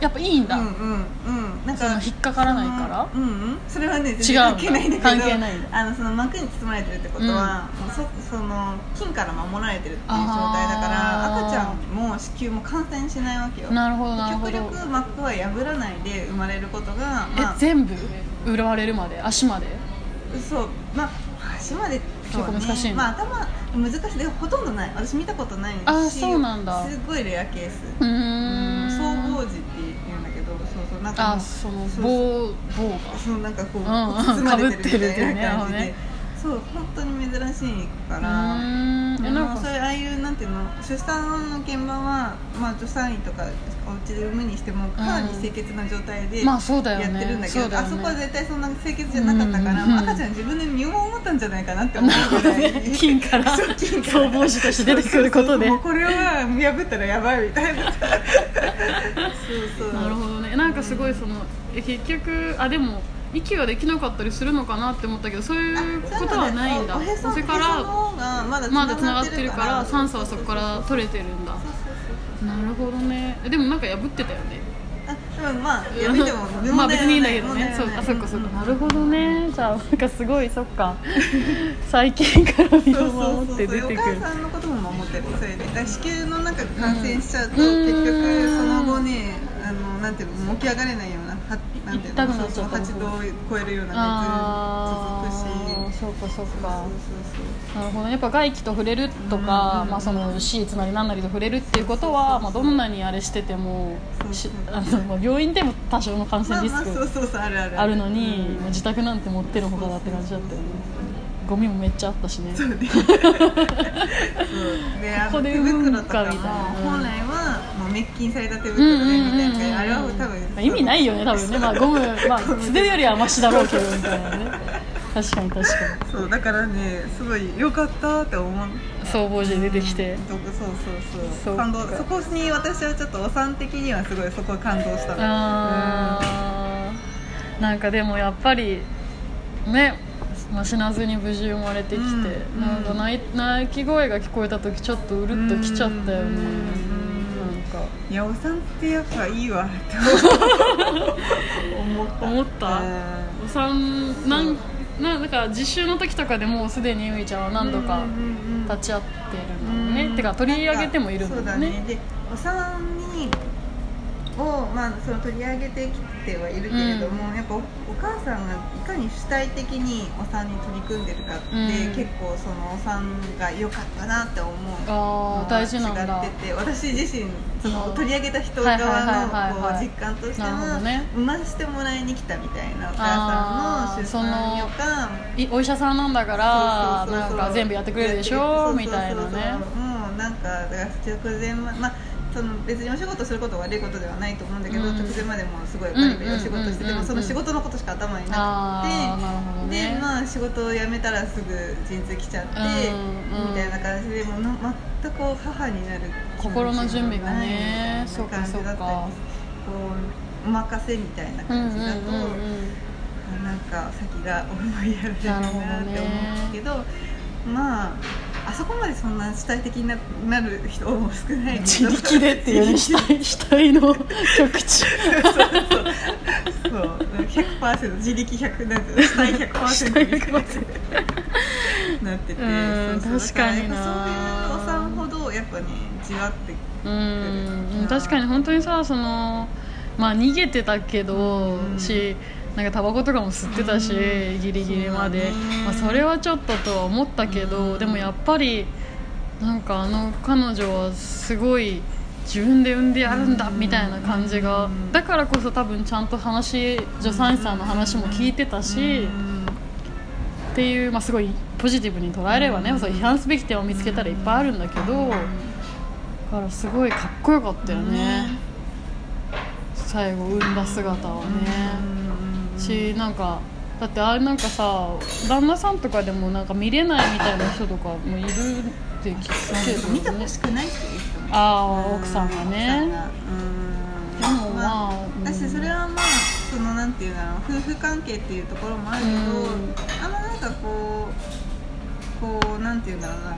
やっぱいいんだ。 うんうんうんなんかその引っかからないから。 うんうん。それはね全然関係ないんだけど。 関係ないんだ。あのその膜に包まれてるってことは、うん、もう そ, その菌から守られてるっていう状態だから赤ちゃんも子宮も感染しないわけよ。 なるほどなるほど。 極力膜は破らないで生まれることが、まあ、 え全部裏割れるまで足まで。 そうまあ足まで結構難しい、ね、 まあ頭難しいでほとんどない私見たことないしあそうなんだすごいレアケースうーん総合時って言うんだけどそうそうなんかあその棒棒がそうなんかこう、うん、 包まれてるみたいな感じで、ね、そう本当に珍しいからうんでもそういうああいうなんていうの出産の現場はまあ助産院とかお家で産むにしてもかなり清潔な状態でやってるんだけど、まあ そ, うだよね、そうだよね、あそこは絶対そんな清潔じゃなかったから、うんまあ、赤ちゃん自分で身を守ったんじゃないかなって思うぐらい菌から総合子として出てくることでそうそうそうこれは破ったらやばいみたいなそうそうなるほどねなんかすごいその、うん、結局あでも息はできなかったりするのかなって思ったけどそういうことはないんだ。おへそからまだつながってるから酸素はそこから取れてるんだ。なるほどね。でもなんか破ってたよね。 あでもまあ破ってもまあ別にいいんだけどね。そうあそっかそっか、うん、なるほどね。じゃあなんかすごいそっか最近から身を守って出てくる。 お母さんのことも守ってる。それでだ子宮の中が感染しちゃうと、うん、結局その後ねあのなんていうの起き上がれないようなはなんていうのそうそうはちどを超えるような熱続くし。 そうかそうかなるほどやっぱ外気と触れるとか、うんまあ、そのシーツなり何なりと触れるっていうことは、まあ、どんなにあれしててもあの病院でも多少の感染リスクあるのに、うん、自宅なんて持ってるほかだって感じだったよね。ゴミもめっちゃあったしね。そうねそうでここで産むかみたいな本来はもう滅菌された手袋でみたいなあれは多分、 まあ、意味ないよね多分ね、まあ、ゴム、まあ、素手よりはマシだろうけどみたいなね確かに確かにそうだからねすごい良かったって思う総合時で出てきて、うん、 そうそうそうそう感動そこに私はちょっとお産的にはすごいそこは感動したあ、うん、なんかでもやっぱりねまあ、死なずに無事生まれてきて、うん、なんか 泣, 泣き声が聞こえた時ちょっとうるっときちゃったよね、うん、なんかいやお産ってやっぱいいわって思った思った、お産なんななんか実習の時とかでもうすでにゆいちゃんは何度か立ち会ってるんだよね、うんうんうん、てか取り上げてもいるんだよね。そうだねでお産にを、まあ、その取り上げてきてはいるけれども、うん、やっぱ お, お母さんがいかに主体的にお産に取り組んでるかって、うん、結構そのお産が良かったなって思うのが違ってて私自身その取り上げた人側の実感としては、ね、産ませてもらいに来たみたいなお母さんの出産よかお医者さんなんだからなんか全部やってくれるでしょみたいなねもうなんかだから直前ままあその別にお仕事することは悪いことではないと思うんだけど、うん、直前までもすごいバリバリお仕事しててもその仕事のことしか頭になくて、ね、でまあ仕事を辞めたらすぐ陣痛来ちゃって、うん、みたいな感じでもう全くこう母になる心の準備がねそうかそうかこうお任せみたいな感じだと、うんうんうんうん、なんか先が思いやられるなって思うんですけど、まああそこまでそんな主体的に な, なる人も少ないけど自力でっていう主体主体の極致そうそうそう ひゃくパーセント 自力ひゃくなんて主体 ひゃくパーセント みたいななっててうんそうそう確かになそういうお産ほどやっぱねじわってくるうん確かに本当にさそのまあ逃げてたけどしなんかタバコとかも吸ってたし、うん、ギリギリまで そ,、まあ、それはちょっととは思ったけど、うん、でもやっぱりなんかあの彼女はすごい自分で産んでやるんだみたいな感じが、うん、だからこそ多分ちゃんと話助産師さんの話も聞いてたし、うん、っていう、まあ、すごいポジティブに捉えればね、うん、そう批判すべき点を見つけたらいっぱいあるんだけど、だからすごいかっこよかったよね、うん、最後産んだ姿はね、しなんかだってあれなんかさ旦那さんとかでもなんか見れないみたいな人とかもいるって聞くけど、 ね、見てほしくないっていう人もああ奥さんがねうんでもまあ、 まあ、私それはまあそのなんていうの夫婦関係っていうところもあるけど、うん、あんまなんかこうこうなんていうんだろうな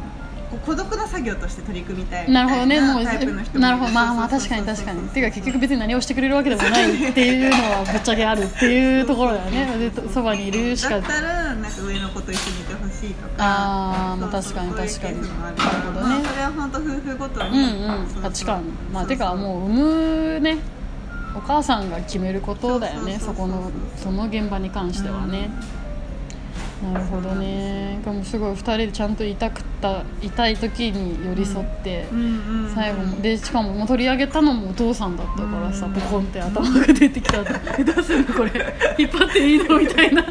孤独な作業として取り組みたいみなるほどね、もうタイプの人もいる。 なるほど、まあまあ確かに確かに。てか結局別に何をしてくれるわけでもないっていうのはぶっちゃけあるっていうところだよね。でそばにいるしか。 だったらなんか上の子と一緒にいてほしいとか。 ああ、まあ確かに確かに。なるほどね。 まあ、それは本当夫婦ごとに、 うんうん、価値観。まあてかもう産むね、お母さんが決めることだよね。そこのその現場に関してはね。なるほどね。でもすごいふたりでちゃんと痛くた痛い時に寄り添って、うんうんうん、最後もでしかももう取り上げたのもお父さんだったからさ、ボコンって頭が出てきたってどうするのこれ引っ張っていいのみたいな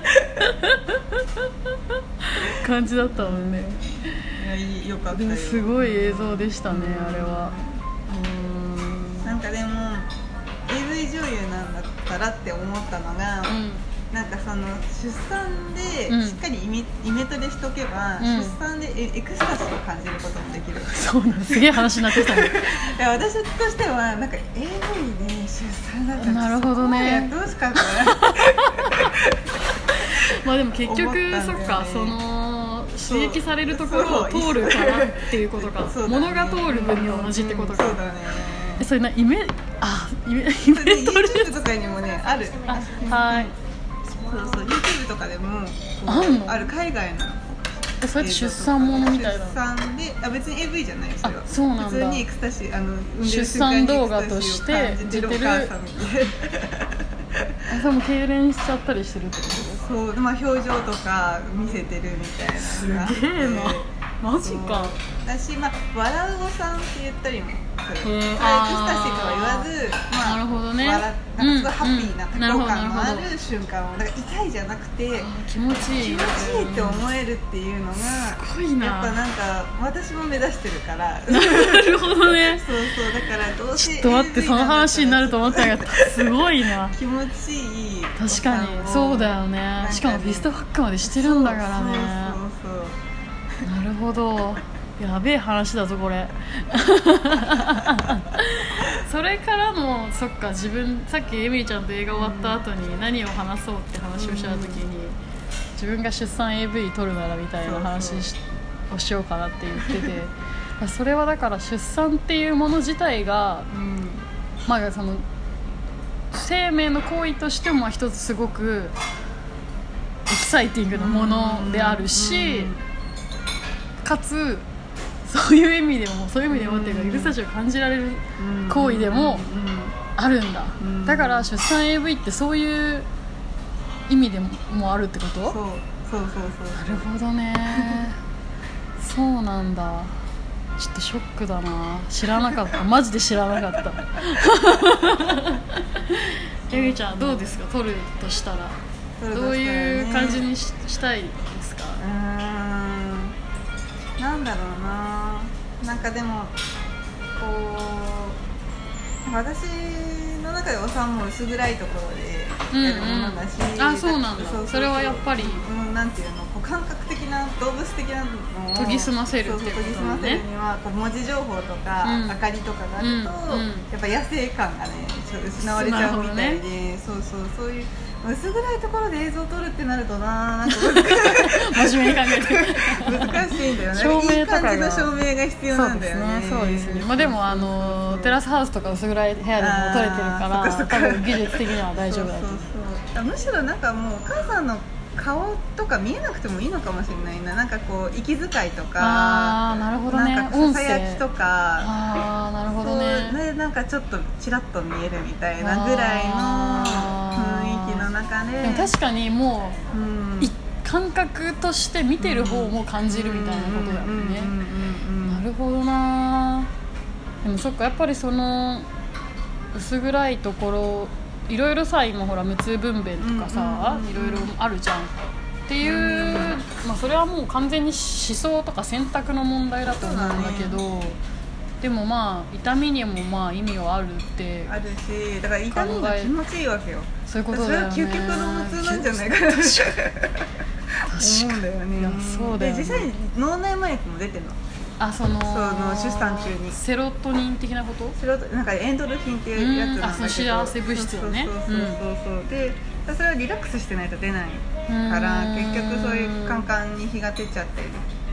感じだったもんね。 いやよかったよ。 でもすごい映像でしたね、あれは。 うーん、なんかでも エーブイ 女優なんだったらって思ったのが、うんなんかその出産でしっかりイメ、うん、イメトレしとけば、うん、出産でエクスタシーを感じることもできる。 そうなんすげえ話になってきたねいや私としてはなんか エーブイ で出産だったらなるほどねやってほしかったなまあでも結局、ね、そっかその刺激されるところを通るからっていうことか、ね、物が通る分に同じってことか、うん、そうだね。それなイメあイメイメトレ YouTube とかにもねある。 あはいそうそう YouTube とかでもあるのある海外のそれって出産ものみたいな出産であ別に エーブイ じゃないそれはあそうなんだ普通にエクスタシーあの出産動画として出てるお母さんみたいなそれも痙攣しちゃったりしてるってことそう、まあ、表情とか見せてるみたいなすげえなマジかだし、まあ、笑うお産って言ったりもする、えー、エクスタシーとは言わず、まあ、 なるほどね笑なんかすごいハッピーな多幸感のある瞬間をだから痛いじゃなくて気持ちいい気持ちいいって思えるっていうのがすごいなやっぱなんか私も目指してるからなるほどねそうそうだからどうせちょっと待ってその話になると思ったがすごいな気持ちいい確かにそうだよねしかもフィストファックまでしてるんだからねそうそうそうなるほどやべえ話だぞこれそれからのそっか自分さっきエミリちゃんと映画終わった後に何を話そうって話をした時に、うん、自分が出産 エーブイ 撮るならみたいな話をしようかなって言っててそれはだから出産っていうもの自体が、うん、まあその生命の行為としても一つすごくエキサイティングなものであるし、うん、かつそういう意味でもそういう意味でもっていうかエクスタシーを感じられる行為でもあるんだだから出産 エーブイ ってそういう意味でもあるってこと？ そうそうそうそうなるほどねそうなんだちょっとショックだな知らなかったマジで知らなかったエミちゃんどうですか撮るとしたらどういう感じに し, したいですか？ うーんなんだろうななんかでもこう私の中でお産も薄暗いところでやるものだし、うんうん、 あそうなんだ そ, うそうそうそれはやっぱり、 うん、なんていうのこう感覚的な動物的なのを研ぎ澄ませるっていうことね。 研ぎ澄ませるにはこう文字情報とか、うん、明かりとかがあると、うんうん、やっぱ野生感がねちょっと失われちゃうみたいで、ね、そうそうそういう薄暗いところで映像を撮るってなるとななんか真面目に考えて難しいんだよね。 照明とかがいい感じの照明が必要なんだよね。 そうですね。そうですね。まあでもあのテラスハウスとか薄暗い部屋でも撮れてるから多分技術的には大丈夫だと思う。 そうそうそうむしろなんかもうお母さんの顔とか見えなくてもいいのかもしれないな。なんかこう息遣いとかあーなるほどねなんかささやきとかあーなるほどねそうねなんかちょっとチラッと見えるみたいなぐらいの雰囲気の中ででも確かにもう、うん、感覚として見てる方も感じるみたいなことだよね。なるほどな。でもそっかやっぱりその薄暗いところいろいろさ今ほら無痛分娩とかさいろいろあるじゃんっていう、まあ、それはもう完全に思想とか選択の問題だと思うんだけど、ね、でもまあ痛みにもまあ意味はあるってあるしだから痛みが気持ちいいわけよ。 そういうことだよね。 それは究極の無痛なんじゃないかなって思うんだよね。 いやそうだよね。 で実際に脳内麻薬も出てるの。 あそのその出産中にセロトニン的なことセロトなんかエンドルフィンっていうやつなんだけど、 あその幸せ物質よね。 そうそうそうそう、うん、でそれはリラックスしてないと出ないから結局そういうカンカンに火が出ちゃってる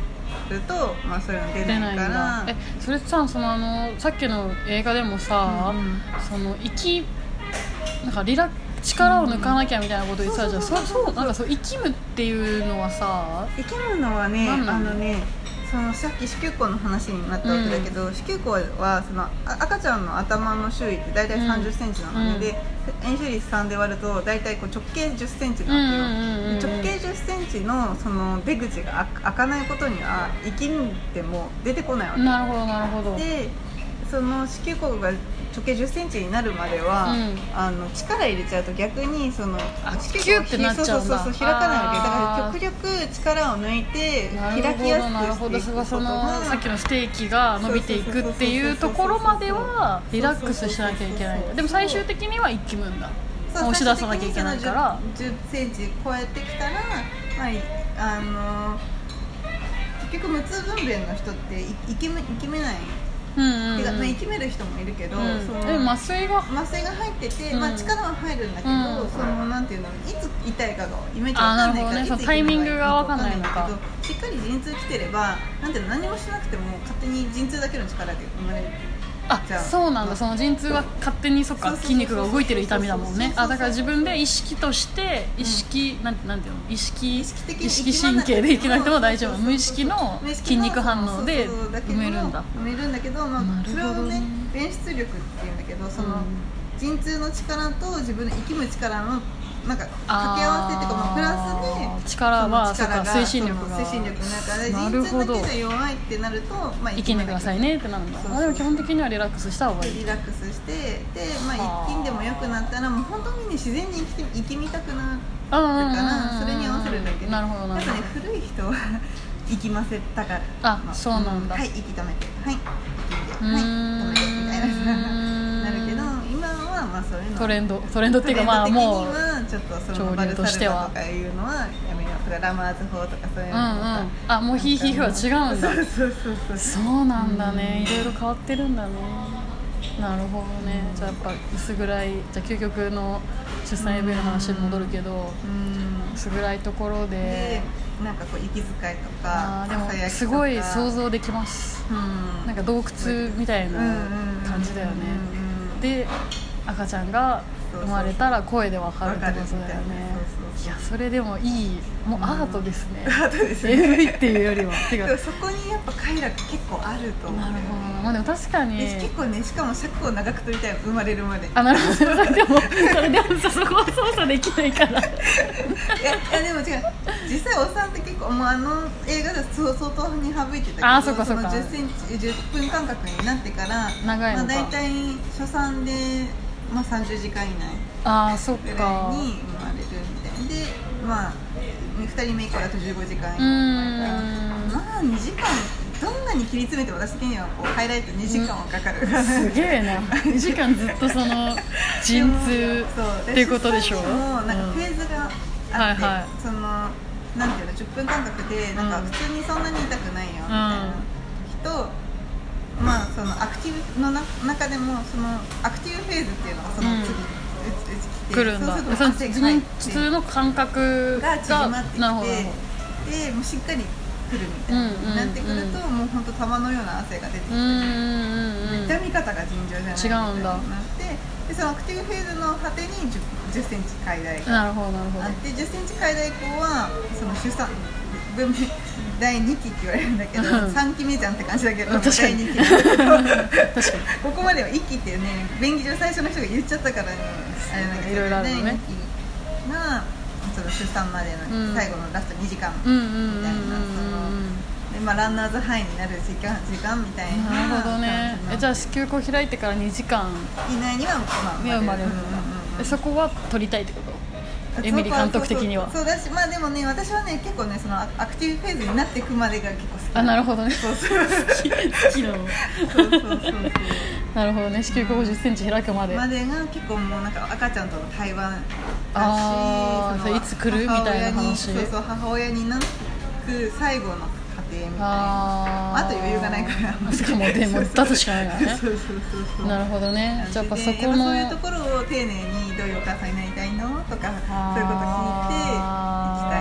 ると、まあ、そういうの出ないから。 えそれさ、そのあのさっきの映画でもさ、うん、その生きなんかリラ力を抜かなきゃみたいなこと言ってたじゃん。そうそうなんかそう生きむっていうのはさ、 生きむのはね、あのねそのさっき子宮口の話になったわけだけど、うん、子宮口はその赤ちゃんの頭の周囲って大体さんじゅっセンチなので、うん、円周率さんで割ると大体こう直径じゅっセンチなんていう、直径じゅっセンチのその出口が開かないことには生きても出てこないわけ。 なるほどなるほど。 でその子宮口が直径じゅっセンチになるまでは、うん、あの力入れちゃうと逆にその子宮口がそうそうそうそう開かないわけだから極力力を抜いて開きやすくしていくことが、 なるほどそそのさっきのステーキが伸びていくっていうところまではリラックスしなきゃいけないんだ。でも最終的には一気分だ、押し出さなきゃいけないから。 じゅっセンチ超えてきたら、まあ、あの結局無痛分娩の人って生きめ、生きめないうんうんうん、てかまあ、生きめる人もいるけど、うん、その麻酔が麻酔が入ってて、うんまあ、力は入るんだけど、うん、そのなんていうのいつ痛いかがイメージわかんないから、ね、いつタイミングがわかんないのか。 しっかり陣痛来てればなんていうの何もしなくても勝手に陣痛だけの力で生まれる。 あ、そうなんだ。その陣痛は勝手にそっか筋肉が動いてる痛みだもんね。あ、だから自分で意識として意識、うん、なんてなんていうの意識意識的意識神経で生きなくても大丈夫。無意識の筋肉反応で埋めるんだ。 埋めるんだけど、まあ、それをね弁出力っていうんだけど、その、うん、陣痛の力と自分の生きむ力のなんか掛け合わせっていうか、まあ、プラスで力は力が推進力が推進力になるから、陣痛だけで弱いってなると、まあ、 生きんでくださいねってなるんだ。そうそうそう。あ、でも基本的にはリラックスした方がいい。 リラックスしてで、まあ、一気にでも良くなったらもう本当に、ね、自然に生きて生きみたくなるからそれに合わせるんだけど、 なるほどなるほど。 やっぱね古い人は生きませたから、 あ、まあ、そうなんだ。 はい息止めてはい息んではい止めてみたいななるけど今はまあそういうのトレンドトレンドっていうかまあもうちょっとそのバルサルバとかいうのはやめようとかラマーズ法とかそういうのとか、うんうん、 あもうヒーヒーフは違うんだ。 そうそうそうそうそうなんだね、いろいろ変わってるんだね。なるほどね。じゃあやっぱ薄暗いじゃあ究極の出産 エーブイ の話に戻るけど、うん薄暗いところで、 でなんかこう息遣いとかあでもすごい想像できます、うん、なんか洞窟みたいな感じだよね、うんうん、で赤ちゃんが生まれたら声で分かるってことだよね。いやそれでもいいもうアートですね、 うん、アートですねエーブイ っていうよりはてかそこにやっぱ快楽結構あると思う。 なるほど、まあ、でも確かに結構ねしかも尺を長く取りたい生まれるまで。 あなるほどそれでもそれでもさそこは操作できないからいやいやでも違う実際お産って結構もうあの映画で相当に省いてたけどあそうかそうかそのじゅっセンチじゅっぷん間隔になってから長いのか、 まあ、大体初産で、まあ、さんじゅうじかん以内あそっかぐらいに生まれるみたいでまあふたりめ以降だとじゅうごじかん以内まあにじかんどんなに切り詰めても私的にはこうハイライトにじかんはかかる、うん、 すげえなにじかんずっとその陣痛っていうことでしょ。 もなんかフェーズがあって、うんはいはい、そのなんていうのじゅっぷん間隔でなんか普通にそんなに痛くないよみたいな人、うん、まあそのアクティブのな中でもそのアクティブフェーズっていうのがその次、うん来るんだ。その陣痛の感覚が縮まってきてでもうしっかり来るみたいな、うんうん、なってくるともう本当玉のような汗が出てきて、うんうん、痛み方が尋常じゃないみたいになってでそのアクティブフェーズの果てにじゅっセンチ開大があってじゅっセンチ開大以降はその出産分娩だいにきって言われるんだけど、うん、さんきめじゃんって感じだけどだいにき確かにここまではいっきっていうね便宜上最初の人が言っちゃったからねあれなんだけどいろいろあるのねがその出産までの最後のラストにじかんみたいなで、まあ、ランナーズハイになる時間時間みたいな。 なるほどね。えじゃあ子宮口開いてからにじかん以内には、まあ、 生まれる、うんうんうん、そこは取りたいってことエミリー監督的には。 そうだし、まあでもね私はね結構ねそのアクティブフェーズになっていくまでが結構好き。 あなるほどね。そうそう好き好きなの。そうそうそうそうなるほどね。子宮口ごじゅっセンチ開くまでまでが結構もうなんか赤ちゃんとの対話だし、 あそのいつ来るみたいな話。 そうそう母親になる最後の過程みたいな。あ, あと余裕がないから。 しかもでも立つしかないからね。 そうそうそうそう。 なるほどね。じゃあやっぱそこのそういうところを丁寧にどういうお母さんになりたいのとかそういうこと聞いていきたい。 あ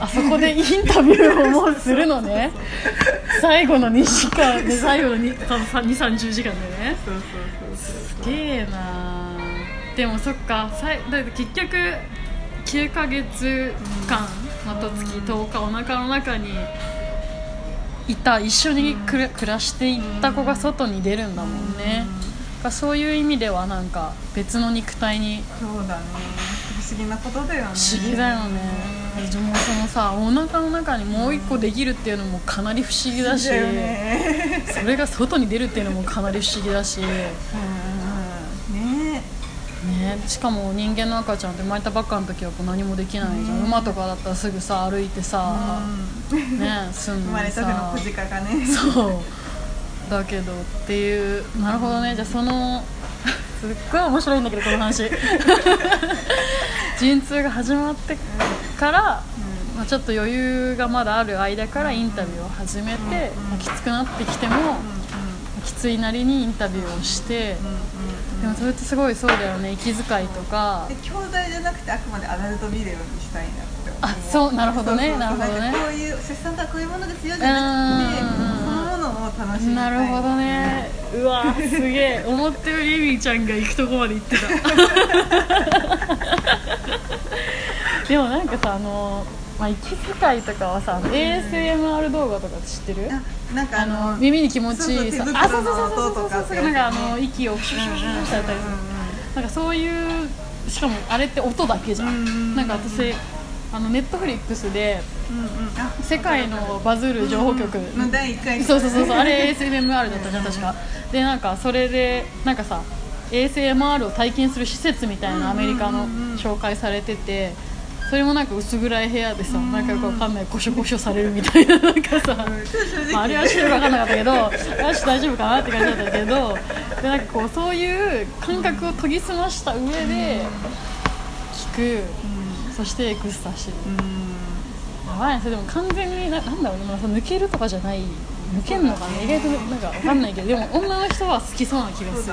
そこでインタビューをもうするのね最後のにじかんで最後のにじゅう、さんじゅうじかんでね。 そうそうそうそう、 すげえな。でもそっか、さいだって結局きゅうかげつかんまたつきとおかお腹の中にいた、一緒にくら暮らしていった子が外に出るんだもんね。そういう意味ではなんか別の肉体に。 そうだね、不思議なことだよね。 不思議だよね。でもそのさ、お腹の中にもう一個できるっていうのもかなり不思議だし、だよね、それが外に出るっていうのもかなり不思議だし、うんねね、しかも人間の赤ちゃんって生まれたばっかの時はこう何もできないじゃん、うん、馬とかだったらすぐさ歩いてさ、うん、ね、住んでさ、生まれたての小鹿がね、そうだけどっていう。なるほどね。じゃあそのすっごい面白いんだけどこの話陣痛が始まってから、うん、まあ、ちょっと余裕がまだある間からインタビューを始めて、うん、まあ、きつくなってきても、うん、きついなりにインタビューをして、うん、でもそれってすごいそうだよね、息遣いとか。 で兄弟じゃなくてあくまでアダルトビデオにしたいなって。 あ、そう、なるほどね、なるほどね。 こういう出産とはこういうものですよじゃなくて、そのものを楽しみたい。 なるほどね。うわすげえ、思ったよりエミーちゃんが行くとこまで行ってたでもなんかさ、あの、まあ、息遣いとかはさ、 エーエスエムアール 動画とか知ってる？ なんかあのあの耳に気持ちいいさ、 あ、そうそうそうそうそうそう、 なんかあの息をシュシュシュシュしたりする、なんかそういう、しかもあれって音だけじゃん。なんか私あのネットフリックスで、うんうん、世界のバズる情報局のだいいっかい、 そうそうそうそう、あれ エーエスエムアール だったじゃん確か。でなんかそれでなんかさ エーエスエムアール を体験する施設みたいなアメリカの紹介されてて、それもなんか薄暗い部屋でさ、なんかよくわかんないコショコショされるみたいな、なんかさ、まあ、あれはちょっとわかんなかったけど、あれは大丈夫かなって感じだったけど、でなんかこうそういう感覚を研ぎ澄ました上で聞く、そしてエクスタシー、やばいね。それでも完全に な, なんだろうね、まあ、抜けるとかじゃない、抜けるのかね、意外となんか分かんないけど、でも女の人は好きそうな気がする。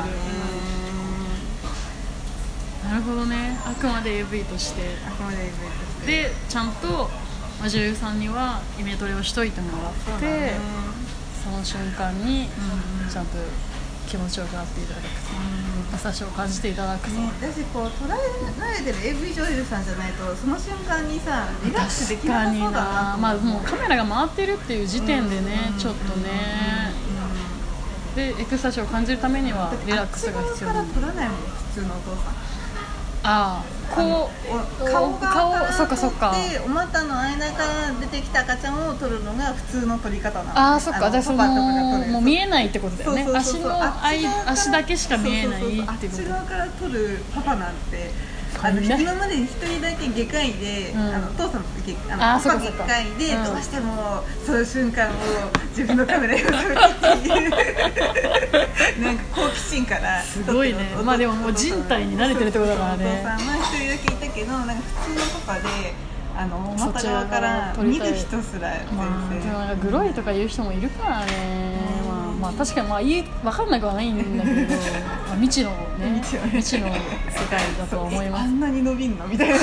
なるほどね。あくまで エーブイ として、 あくまで エーブイ としてでちゃんと、まあ、女優さんにはイメトレをしといてもらって、 そ,、ね、その瞬間にちゃんと気持ちよくなっていただくと、優しさを感じていただくと、 ね、私こう捉えられてる エーブイ 女優さんじゃないとその瞬間にさリラックスできなさそうだなと。 まあ、もうカメラが回ってるっていう時点でね、ちょっとね、でエクスタシーを感じるためにはリラックスが必要なの。 あっち側から撮らないもん普通のお父さん。 ああ、こう顔が顔、そっかそっか、 でお股の間から出てきた赤ちゃんを撮るのが普通の撮り方なの。 ああ、そっか。じゃあそのもう見えないってことだよね。足の足だけしか見えないっていうこと。 あっち側から撮るパパなんて、あの今までに一人だけ外科医で、うん、あのお父さんもあのあパパ外科医で、うん、どうしてもその瞬間を自分のカメラに収めてっていうなんか好奇心からすごいね。まあでももう人体に慣れてるってことだからね。 お父さんは一人だけいたけど、なんか普通のパパであの股側から見る人すら全然、 まあ、でもなんかグロいとか言う人もいるからね、うん、まあ、まあ確かにまあいい分かんなくはないんだけどまあ未知のね未知の世界だとは思います。 あんなに伸びんのみたいな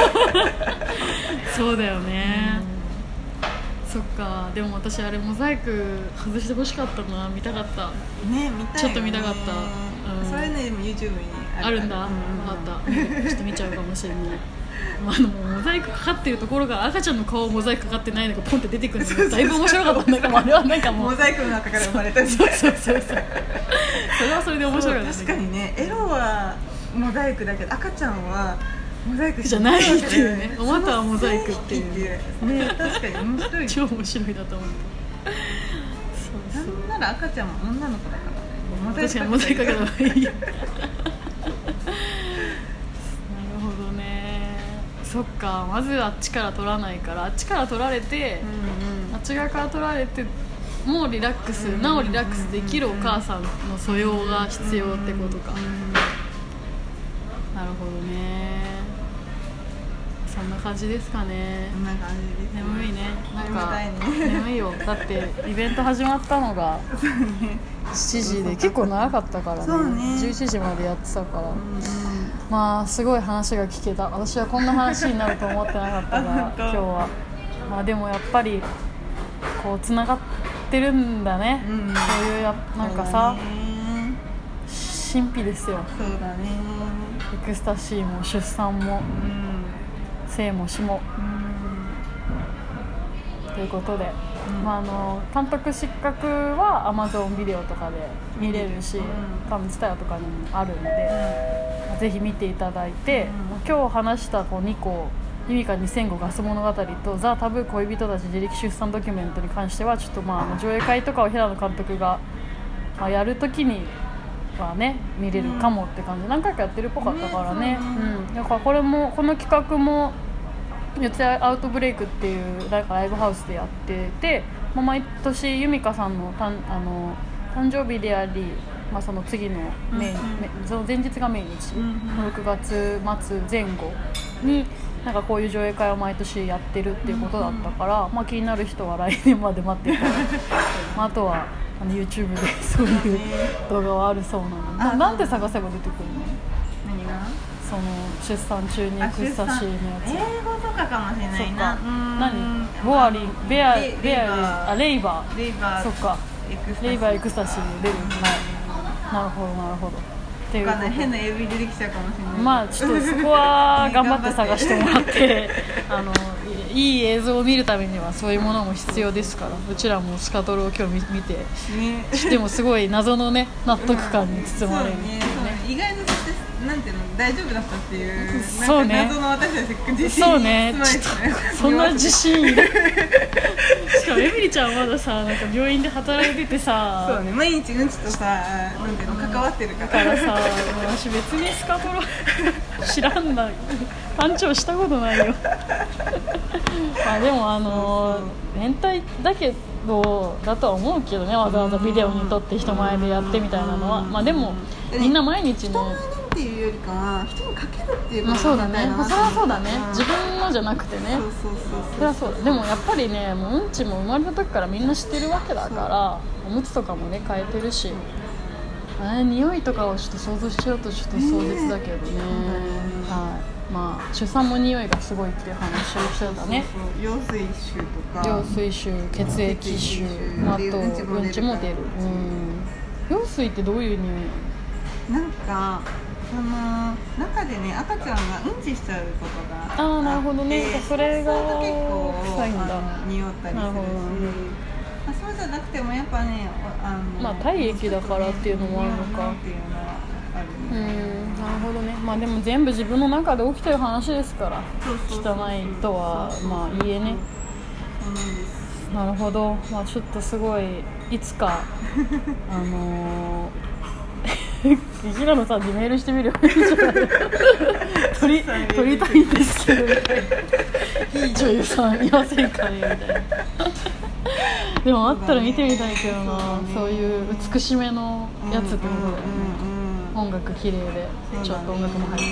そうだよね、うん、そっか。でも私あれモザイク外してほしかったな、見たかったね、見たいよね、 ちょっと見たかった、 うん、それね YouTube にあるんだ、分かった、ちょっと見ちゃうかもしれないまあ、あのモザイクかかってるところが赤ちゃんの顔モザイクかかってないのがポンって出てくるのがだいぶ面白かったんだけど、あれはなんかもうモザイクの中から生まれたみたいなそうそうそうそう、それはそれで面白かった。 確かにね、エロはモザイクだけど赤ちゃんはモザイクじゃないっていうね、お股はモザイクっていうね、確かに面白い、 超面白いなと思った。 そうそう、なんなら赤ちゃんも女の子だから確かにモザイクかけた方がいいそっか。まずあっちから撮らないから、あっちから撮られて、うんうん、あっち側から撮られてもうリラックス、うんうん、なおリラックスできるお母さんの素養が必要ってことか、うんうん、なるほどね。そんな感じですかね。 そんな感じです。 眠いね。なんかね、 眠いよ。だってイベント始まったのがしちじで結構長かったから ね, そうね、 じゅういちじまでやってたから、うんうん、まあすごい話が聞けた。私はこんな話になると思ってなかったから今日はまあ、でもやっぱりこうつながってるんだね、うん、そういうやなんかさ、神秘ですよ。 そうだね。 エクスタシーも出産も、うん、生も死も、うん、ということで、うんまあ、あの監督失格は Amazon ビデオとかで見れるし、うん、多分ツタヤとかにもあるので、うん、ぜひ見ていただいて、うん、今日話したこうにこユミカにせんごガス物語とザ・タブー恋人たち自力出産ドキュメントに関してはちょっとまあ上映会とかを平野監督が、まあ、やるときにはね見れるかもって感じ、何回かやってるっぽかったからね、うん、だからこれもこの企画も四谷アウトブレイクっていうなんかライブハウスでやってて、まあ、毎年ユミカさんのたんあの誕生日であり、まあ、その次のメイン、うん、その前日が命日、うん、ろくがつ末前後になんかこういう上映会を毎年やってるっていうことだったから、うんまあ、気になる人は来年まで待っていただいてまあ、あとはあの YouTube でそういう動画はあるそうなので、な, なんて探せば出てくるの？ 何が？ その出産中にエクスタシーのやつ。 英語とかかもしれないな。 何？ボアリンベアレベアあレイバーレイバーそっかレイバーエクスタシーで出る、はい、なるほどなるほど。 っていうかね、変な指出てきちゃうかもしれない。 まあちょっとそこは頑張って探してもらってあのいい映像を見るためにはそういうものも必要ですから、うちらもスカトロを今日見て、ね、でもすごい謎のね納得感に包まれる、 うんねね、意外となんていうの大丈夫だったっていうそうね謎の私たち自信そうねちょっとそんな自信しかもエミリちゃんはまださなんか病院で働いててさそうね毎日うんちとさなんていうの関わってるからだからさ私別にスカトロ知らんな班長したことないよまあでもあの変態だけどだとは思うけどね、わざわざビデオに撮って人前でやってみたいなのはまあでもみんな毎日ねっていうよりかは人にかけるっていうまあそうだね、まあ、それはそうだね、うん、自分のじゃなくてね、 そうそうそうそれはそう。でもやっぱりねもううんちも生まれた時からみんな知ってるわけだからおむつとかもね変えてるし、あ匂いとかをちょっと想像しちゃうとちょっと壮絶だけどね、えー、はい、まあ出産も匂いがすごいっていう話をしてたね。 そうそうそう羊水臭とか羊水臭、血液臭、あとうんちも出る、うん、羊水ってどういう匂いなの？なんかその中でね赤ちゃんがうんちしちゃうことがあってあーなるほどね、それが結構臭いんだ匂ったりするし、まあ、そうじゃなくてもやっぱねあのまあ体液だからっていうのもあるのかっていうのはある、 うん、なるほどね。まあでも全部自分の中で起きてる話ですから汚いとはまあ言えね。 そうなんです。 なるほど、まあちょっとすごいいつかあのー平野さんにメールしてみるよ撮り撮りたいんですけどみたいないい女優さんいませんかねみたいなでもあったら見てみたいけどな、そうね、そういう美しめのやつってことだよね、うんうんうん、音楽綺麗でちょっと音楽も入って、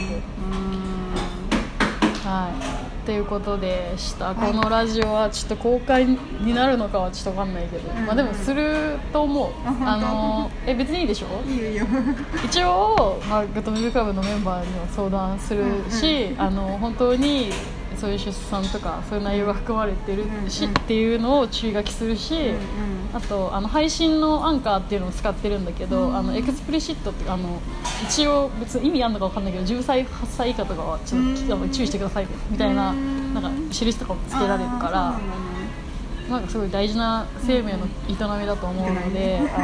はいということでした。このラジオはちょっと公開になるのかはちょっと分かんないけど、うん、まあでもすると思う。あのえ別にいいでしょ？ いいよいいよ。 一応、まあ、グッドミルクラブのメンバーには相談するし、うんうん、あの本当にそういう出産とかそういう内容が含まれてるし、うんうん、っていうのを注意書きするし、うんうん、あとあの配信のアンカーっていうのを使ってるんだけど、うん、あのエクスプリシットってあの一応別に意味あるのか分かんないけどじゅっさいはっさい以下とかはちょっと注意してくださいみたいな、なんか印とかもつけられるから、なんかすごい大事な生命の営みだと思うので、あ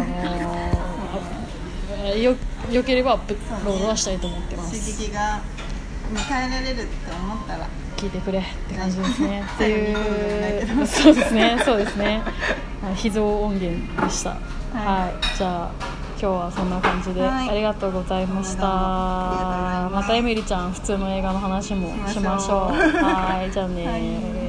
のー、よ, よければアップロードはしたいと思ってます。 刺激が変えられるって思ったら聞いてくれって感じですねっていうそうですねそうですね秘蔵音源でした、はいはい、じゃあ今日はそんな感じで、はい、ありがとうございました。またエミリちゃん普通の映画の話もしましょう。はいじゃあね、はい。